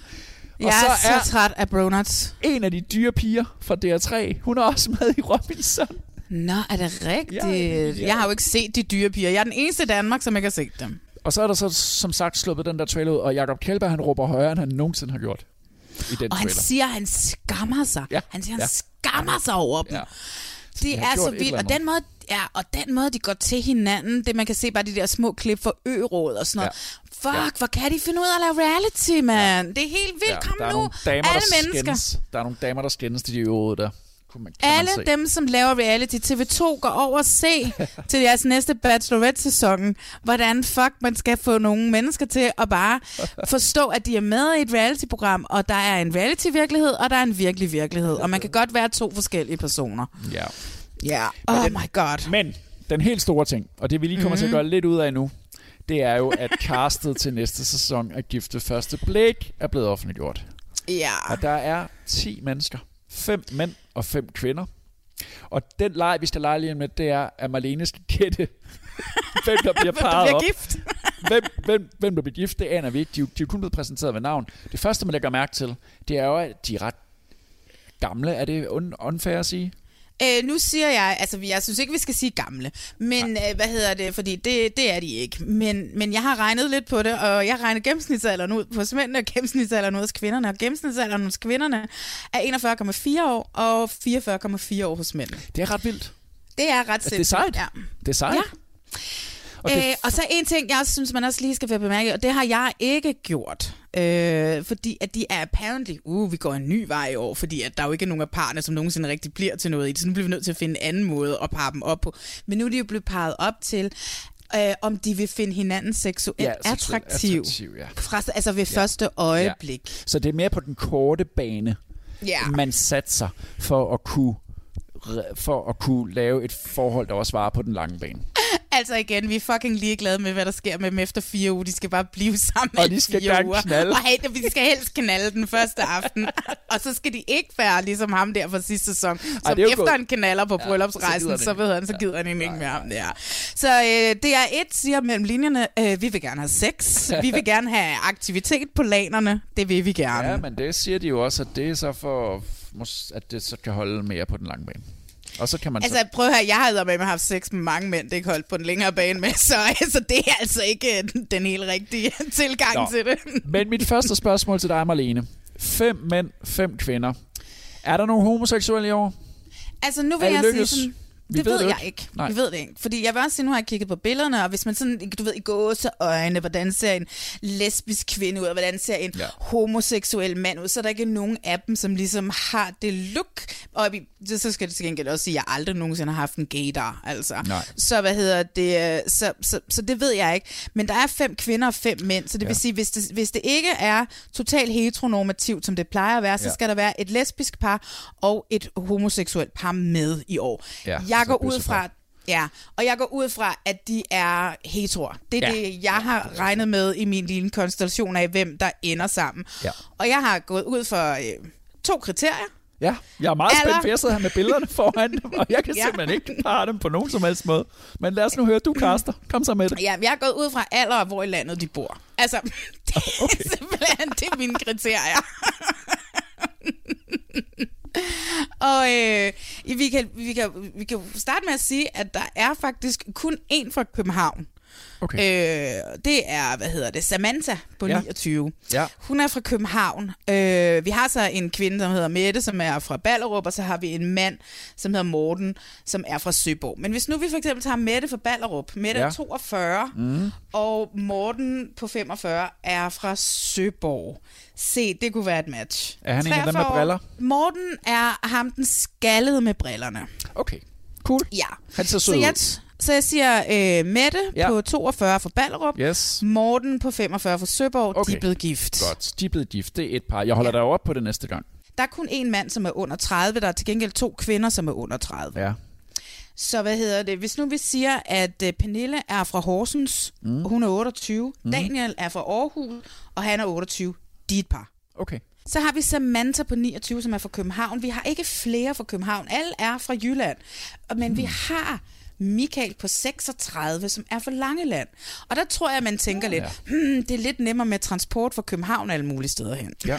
Og jeg så er så træt af Bronuts. En af de dyre piger fra D R tre, hun er også med i Robinson. Nå, er det rigtigt? Ja, ja. Jeg har jo ikke set de dyre piger. Jeg er den eneste i Danmark, som ikke har set dem. Og så er der så som sagt sluppet den der trailer ud, og Jakob Kjellberg, han råber højere, end han nogensinde har gjort i den og trailer. han siger, at han skammer sig. Ja. Han siger, at han ja. skammer sig over dem. Ja. Det de er så vildt, og den måde, ja, og den måde, de går til hinanden, det man kan se bare de der små klip for Ø-råd og sådan noget. Ja. Fuck, ja. hvor kan de finde ud af at lave reality, man? Ja. Det er helt vildt, ja, kom nu, damer, alle mennesker. Skændes. Der er nogle damer, der skændes til de Ø-råd der. Man, Alle dem, som laver reality, T V to går over og se til jeres næste Bachelorette-sæson, hvordan fuck man skal få nogle mennesker til at bare forstå, at de er med i et reality-program, og der er en reality-virkelighed, og der er en virkelig virkelighed, og man kan godt være to forskellige personer. Ja. Ja, oh den, my god. Men den helt store ting, og det vi lige kommer mm-hmm. til at gøre lidt ud af nu, det er jo, at castet til næste sæson af Gift ved første blik er blevet offentliggjort. Ja. Og der er ti mennesker. Fem mænd og fem kvinder. Og den leg, vi skal lege lige med, det er, at Marlene skal gætte, hvem der bliver parret op. gift. hvem, hvem, hvem der bliver gift, det aner vi ikke. De, de er jo kun blevet præsenteret ved navn. Det første, man lægger mærke til, det er jo, at de er ret gamle. Er det unfair at sige? Øh, nu siger jeg, altså jeg synes ikke, vi skal sige gamle, men øh, hvad hedder det, fordi det, det er de ikke. Men, men jeg har regnet lidt på det, og jeg regner gennemsnitsalderen ud hos mændene, og gennemsnitsalderen ud hos kvinderne, og gennemsnitsalderen hos kvinderne er enogfyrre komma fire år, og fireogfyrre komma fire år hos mændene. Det er ret vildt. Det er ret sindssygt. Det er sejt. Ja. Det er sejt. Ja. Og, det... øh, og så en ting, jeg også synes, man også lige skal være bemærket, og det har jeg ikke gjort. Øh, fordi at de er apparently, uh, vi går en ny vej i år, fordi at der jo ikke er nogen af parerne, som nogensinde rigtig bliver til noget i det. Så nu bliver vi nødt til at finde en anden måde at parre dem op på. Men nu er de jo blevet parret op til, øh, om de vil finde hinanden seksuelt ja, attraktiv. attraktiv ja. Fra, altså ved ja. første øjeblik. Ja. Så det er mere på den korte bane, ja. man satser for at kunne for at kunne lave et forhold, der også varer på den lange bane. Altså igen, vi er fucking ligeglade med, hvad der sker med dem efter fire uger. De skal bare blive sammen og de skal fire uger. Knalde. Og hey, de skal helst knalde den første aften. Og så skal de ikke være ligesom ham der fra sidste sæson, som Ej, efter godt. en knaller på bryllupsrejsen, ja, så, så ved han, så gider han ikke mere om det her. Så øh, det er et, siger mellem linjerne, øh, vi vil gerne have sex, vi vil gerne have aktivitet på lanerne, det vil vi gerne. Ja, men det siger de jo også, at det er så for, at det så kan holde mere på den lange bane. Og så kan man altså så... prøv at høre, jeg havde med at haft sex med mange mænd, det ikke holdt på den længere bane med, så altså, det er altså ikke den helt rigtige tilgang Nå. til det. Men mit første spørgsmål til dig, Marlene. Fem mænd, fem kvinder. Er der nogen homoseksuelle i år? Altså nu vil er jeg lykkes? sige sådan... Vi det ved, ved jeg ikke. Nej. Vi ved det ikke. Fordi jeg vil også sige, nu har jeg kigget på billederne, og hvis man sådan, du ved, i gåseøjne, hvordan ser en lesbisk kvinde ud, og hvordan ser en ja. homoseksuel mand ud, så er der ikke nogen af dem, som ligesom har det look. Og så skal det til gengæld også sige, at jeg aldrig nogensinde har haft en gaydar, altså. Nej. Så hvad hedder det, så, så, så det ved jeg ikke. Men der er fem kvinder og fem mænd, så det ja. vil sige, hvis det, hvis det ikke er totalt heteronormativt, som det plejer at være, så ja. skal der være et lesbisk par og et homoseksuelt par med i år. Ja. Jeg går ud fra, ja, og jeg går ud fra, at de er heteroer. Det er ja. det, jeg har regnet med i min lille konstellation af, hvem der ender sammen. Ja. Og jeg har gået ud for øh, to kriterier. Ja, jeg er meget Alder. spændt, for jeg sidder her med billederne foran dem, og jeg kan ja. simpelthen ikke parre dem på nogen som helst måde. Men lad os nu høre, du kaster. Kom så med det. Ja, jeg har gået ud fra alder og hvor i landet de bor. Altså, det okay. er simpelthen det er mine kriterier. Og øh, vi, kan, vi, kan, vi kan starte med at sige, at der er faktisk kun én fra København. Okay. Øh, det er, hvad hedder det, Samantha på ja. niogtyve. Ja. Hun er fra København. Øh, vi har så en kvinde, som hedder Mette, som er fra Ballerup, og så har vi en mand, som hedder Morten, som er fra Søborg. Men hvis nu vi for eksempel tager Mette fra Ballerup, Mette ja. er toogfyrre, mm. og Morten på femogfyrre er fra Søborg. Se, det kunne være et match. Er han en af dem med briller? Morten er ham den skaldede med brillerne. Okay, cool. Ja. Han ser sød så jeg, ud. Så jeg siger øh, Mette ja. på toogfyrre for Ballerup, yes. Morten på femogfyrre for Søborg, okay. de er blevet gift. Godt, de er blevet gift, det er et par. Jeg holder ja. dig op på det næste gang. Der er kun en mand, som er under tredive, der er til gengæld to kvinder, som er under tredive. Ja. Så hvad hedder det? Hvis nu vi siger, at uh, Pernille er fra Horsens, mm. og hun er otteogtyve, mm. Daniel er fra Aarhus, og han er otteogtyve, de er et par. Okay. Så har vi Samantha på niogtyve, som er fra København. Vi har ikke flere fra København. Alle er fra Jylland. Men mm. vi har Michael på seksogtredive, som er fra Langeland. Og der tror jeg, man tænker ja, ja. lidt, hmm, det er lidt nemmere med transport fra København alle mulige steder hen. Ja.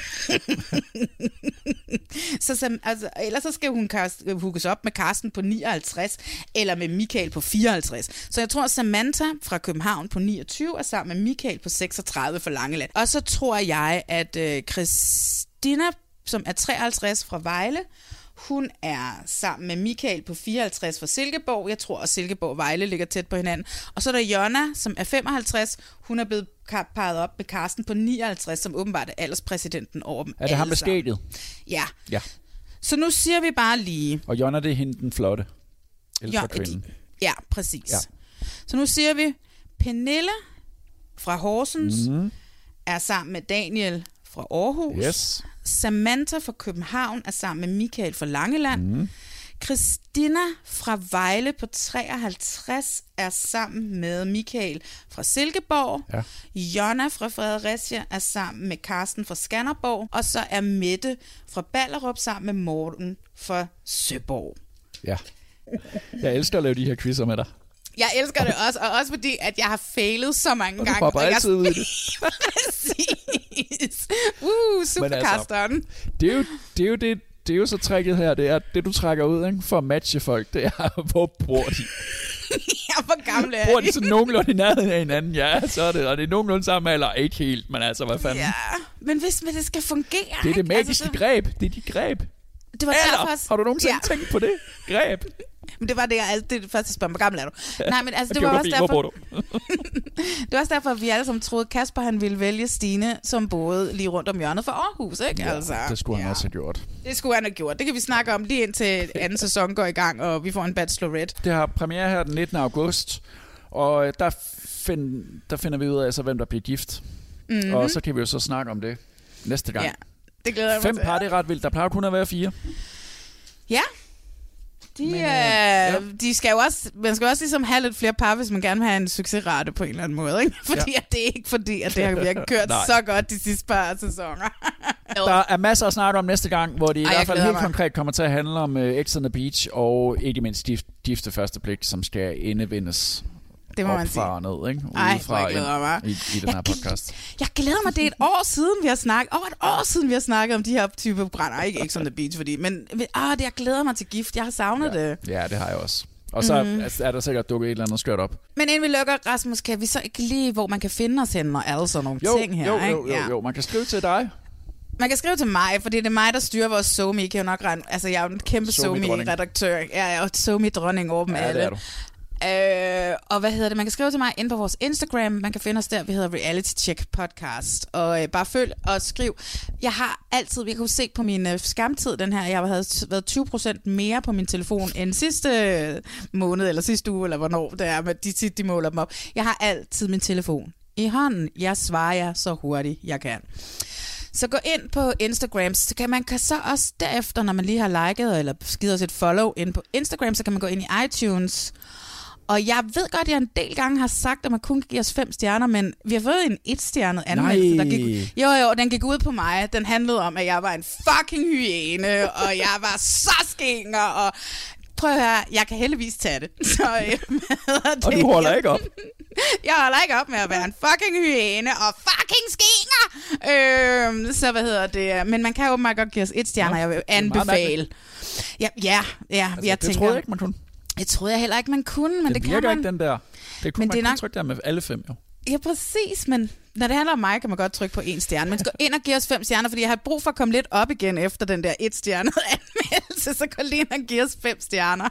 så, altså, ellers så skal hun hookes op med Karsten på nioghalvtreds, eller med Michael på fireoghalvtreds. Så jeg tror, at Samantha fra København på niogtyve er sammen med Michael på seksogtredive fra Langeland. Og så tror jeg, at øh, Christina, som er treoghalvtreds fra Vejle, hun er sammen med Michael på fireoghalvtreds fra Silkeborg. Jeg tror, at Silkeborg og Vejle ligger tæt på hinanden. Og så er der Jonna, som er femoghalvtreds. Hun er blevet parret op med Karsten på nioghalvtreds, som åbenbart er alderspræsidenten over dem. Er det ham med skægget? Ja. Ja. Så nu siger vi bare lige... Og Jonna, det er hende den flotte. Ældre Jo, kvinden. Ja, præcis. Ja. Så nu siger vi, Pernille fra Horsens Mm. er sammen med Daniel fra Aarhus. Yes. Samantha fra København er sammen med Michael fra Langeland. Mm. Christina fra Vejle på treoghalvtreds er sammen med Michael fra Silkeborg. Ja. Jonna fra Fredericia er sammen med Karsten fra Skanderborg. Og så er Mette fra Ballerup sammen med Morten fra Søborg. Ja. Jeg elsker at lave de her quizzer med dig. Jeg elsker det også, og også fordi, at jeg har failet så mange Og du gange. hopper og jeg... altid ud i det. Præcis. Uh, superkasteren. Altså, det, er jo, det, er jo det, det er jo så tricket her, det er, det du trækker ud, ikke, for at matche folk, det er, hvor bor de? Ja, hvor gamle er Bor de? de sådan nogenlunde i nærheden af hinanden? Ja, så er det, og det er nogenlunde samme alder, ikke helt, men altså, hvad fanden? Ja, men hvis men det skal fungere... Det er det ikke? magiske altså, greb, det er de greb. Det var Eller, derfor, har du nogensinde ja. tænkt på det? Greb. Men det var det, jeg altid, det, det første spørgsmål, hvor gammel er du? Nej, men altså, det var Geografi, også hvor derfor... bor du? Det var også derfor, at vi alle sammen troede, at Kasper han ville vælge Stine, som boede lige rundt om hjørnet for Aarhus, ikke? Ja, altså, det skulle han ja. også have gjort. Det skulle han have gjort. Det kan vi snakke om lige indtil anden sæson går i gang, og vi får en bachelorette. Det har premiere her den nittende august, og der, find, der finder vi ud af, altså, hvem der bliver gift. Mm-hmm. Og så kan vi jo så snakke om det næste gang. Ja, det glæder jeg mig Fem til. par, det er ret vildt. Der plejer kun at være fire. Ja. De, Men, øh, øh, ja. de skal jo også, man skal også ligesom have lidt flere par, hvis man gerne vil have en succesrate på en eller anden måde. Ikke? Fordi Ja. at det er ikke fordi, at det har virkelig kørt Nej. så godt de sidste par sæsoner. Der er masser at snakke om næste gang, hvor det i Ej, hvert jeg fald glæder helt mig. konkret kommer til at handle om uh, X on the Beach, og ikke mindst gift, gifte første blik, som skal indevindes. Det må op man sige. fra og ned, ikke? Ej, Udefra hvor jeg glæder mig. ind i, i den her podcast. Jeg glæder mig, det er et år siden, vi har snakket. Over et år siden, vi har snakket om de her type brænder. Ikke X on the Beach, fordi, men ah, det, jeg glæder mig til gift. Jeg har savnet Ja. det. Ja, det har jeg også. Og så Mhm. mm. er der sikkert dukket et eller andet skørt op. Men inden vi lukker, Rasmus, kan vi så ikke lige, hvor man kan finde os henne og alle sådan nogle Jo, ting her? jo, ikke? jo, jo, jo. Man kan skrive til dig. Man kan skrive til mig, fordi det er mig, der styrer vores SoMe. I kan jo nok regne. Altså, jeg er jo en kæmpe SoMe-dronning. SoMe-redaktør. Jeg er jo SoMe-dronning over dem Ja, alle. det er du. Øh, og hvad hedder det? Man kan skrive til mig inde på vores Instagram. Man kan finde os der. Vi hedder Reality Check Podcast. Og øh, bare følg og skriv. Jeg har altid, jeg kunne se på min øh, skærmtid, den her, jeg havde været tyve procent mere på min telefon end sidste øh, måned, eller sidste uge, eller hvornår det er, med de tit, de måler dem op. Jeg har altid min telefon i hånden. Jeg svarer jer så hurtigt, jeg kan. Så gå ind på Instagram, så kan man kan så også derefter, når man lige har liket eller givet os et follow ind på Instagram, så kan man gå ind i iTunes. Og jeg ved godt, at jeg en del gange har sagt, at man kun kan give os fem stjerner, men vi har fået en et-stjernet anmeldelse, der gik, jo jo, den gik ud på mig. Den handlede om, at jeg var en fucking hyæne, og jeg var så skinger, og prøv at høre, jeg kan heldigvis tage det. Så, øh, det? Og du holder ikke op. Jeg holder ikke op med at være en fucking hyæne og fucking skinger. Øh, så hvad hedder det? Men man kan jo meget godt give os et stjerner, jeg vil anbefale. Ja, ja, ja Altså, jeg det tænker, troede jeg ikke, man kunne. Jeg troede jeg heller ikke, man kunne, men Det, det, det kan virker man. ikke den der. Det kunne Men man det er kun nok- trykke der med alle fem, jo. Ja, præcis, men når det handler om mig, kan man godt trykke på en stjerne. Men gå ind og give os fem stjerner, fordi jeg har brug for at komme lidt op igen efter den der et-stjernede anmeldelse. Så gå lige ind og give os fem stjerner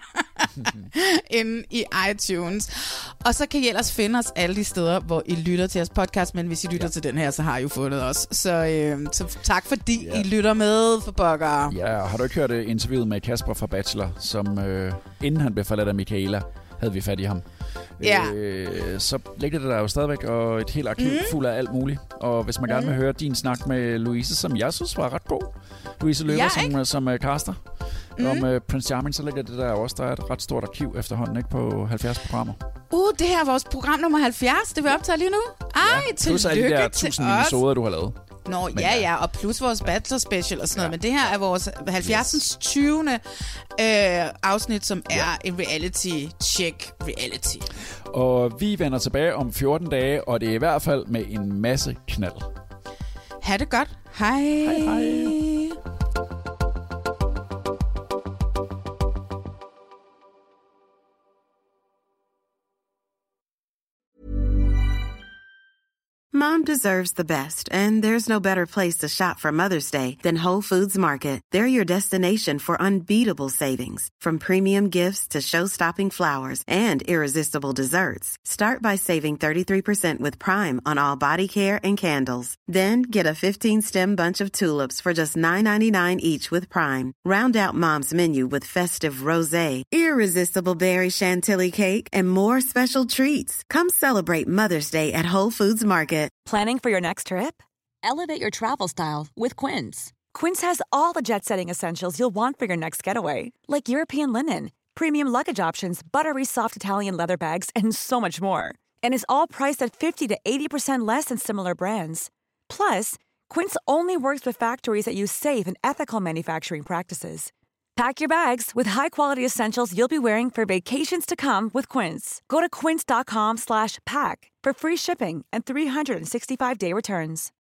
inde i iTunes. Og så kan I ellers finde os alle de steder, hvor I lytter til jeres podcast. Men hvis I lytter ja. til den her, så har I jo fundet os. Så, øh, så tak fordi ja. I lytter med, for pokker. Ja, og har du ikke hørt uh, interviewet med Kasper fra Bachelor, som uh, inden han blev forladt af Michaela, havde vi fat i ham. Ja. Øh, så ligger det der jo stadigvæk, og et helt arkiv mm. fuld af alt muligt. Og hvis man gerne Mm. vil høre din snak med Louise, som jeg synes var ret god. Louise Løber, Ja, som, ikke? som uh, caster. Mm. Om uh, Prince Charming, så ligger det der også. Der er et ret stort arkiv efterhånden, ikke, på halvfjerds programmer. Uh, det her er vores program nummer halvfjerds, det vi optager lige nu. Ej, Ja, plus alle de tillykke der til tusind os. episoder, du har lavet. Nå, Men ja, ja. ja, og plus vores bachelor special og sådan noget. Men det her er vores halvfjerdsende tyvende Øh, afsnit, som er en reality check reality. Og vi vender tilbage om fjorten dage, og det er i hvert fald med en masse knald. Ha' det godt. Hej. Hej, hej. Mom deserves the best, and there's no better place to shop for Mother's Day than Whole Foods Market. They're your destination for unbeatable savings, from premium gifts to show-stopping flowers and irresistible desserts. Start by saving thirty-three percent with Prime on all body care and candles. Then get a fifteen-stem bunch of tulips for just nine ninety-nine each with Prime. Round out Mom's menu with festive rosé, irresistible berry chantilly cake, and more special treats. Come celebrate Mother's Day at Whole Foods Market. Planning for your next trip? Elevate your travel style with Quince. Quince has all the jet-setting essentials you'll want for your next getaway, like European linen, premium luggage options, buttery soft Italian leather bags, and so much more. And is all priced at fifty to eighty percent less than similar brands. Plus, Quince only works with factories that use safe and ethical manufacturing practices. Pack your bags with high-quality essentials you'll be wearing for vacations to come with Quince. Go to quince.com slash pack for free shipping and three sixty-five day returns.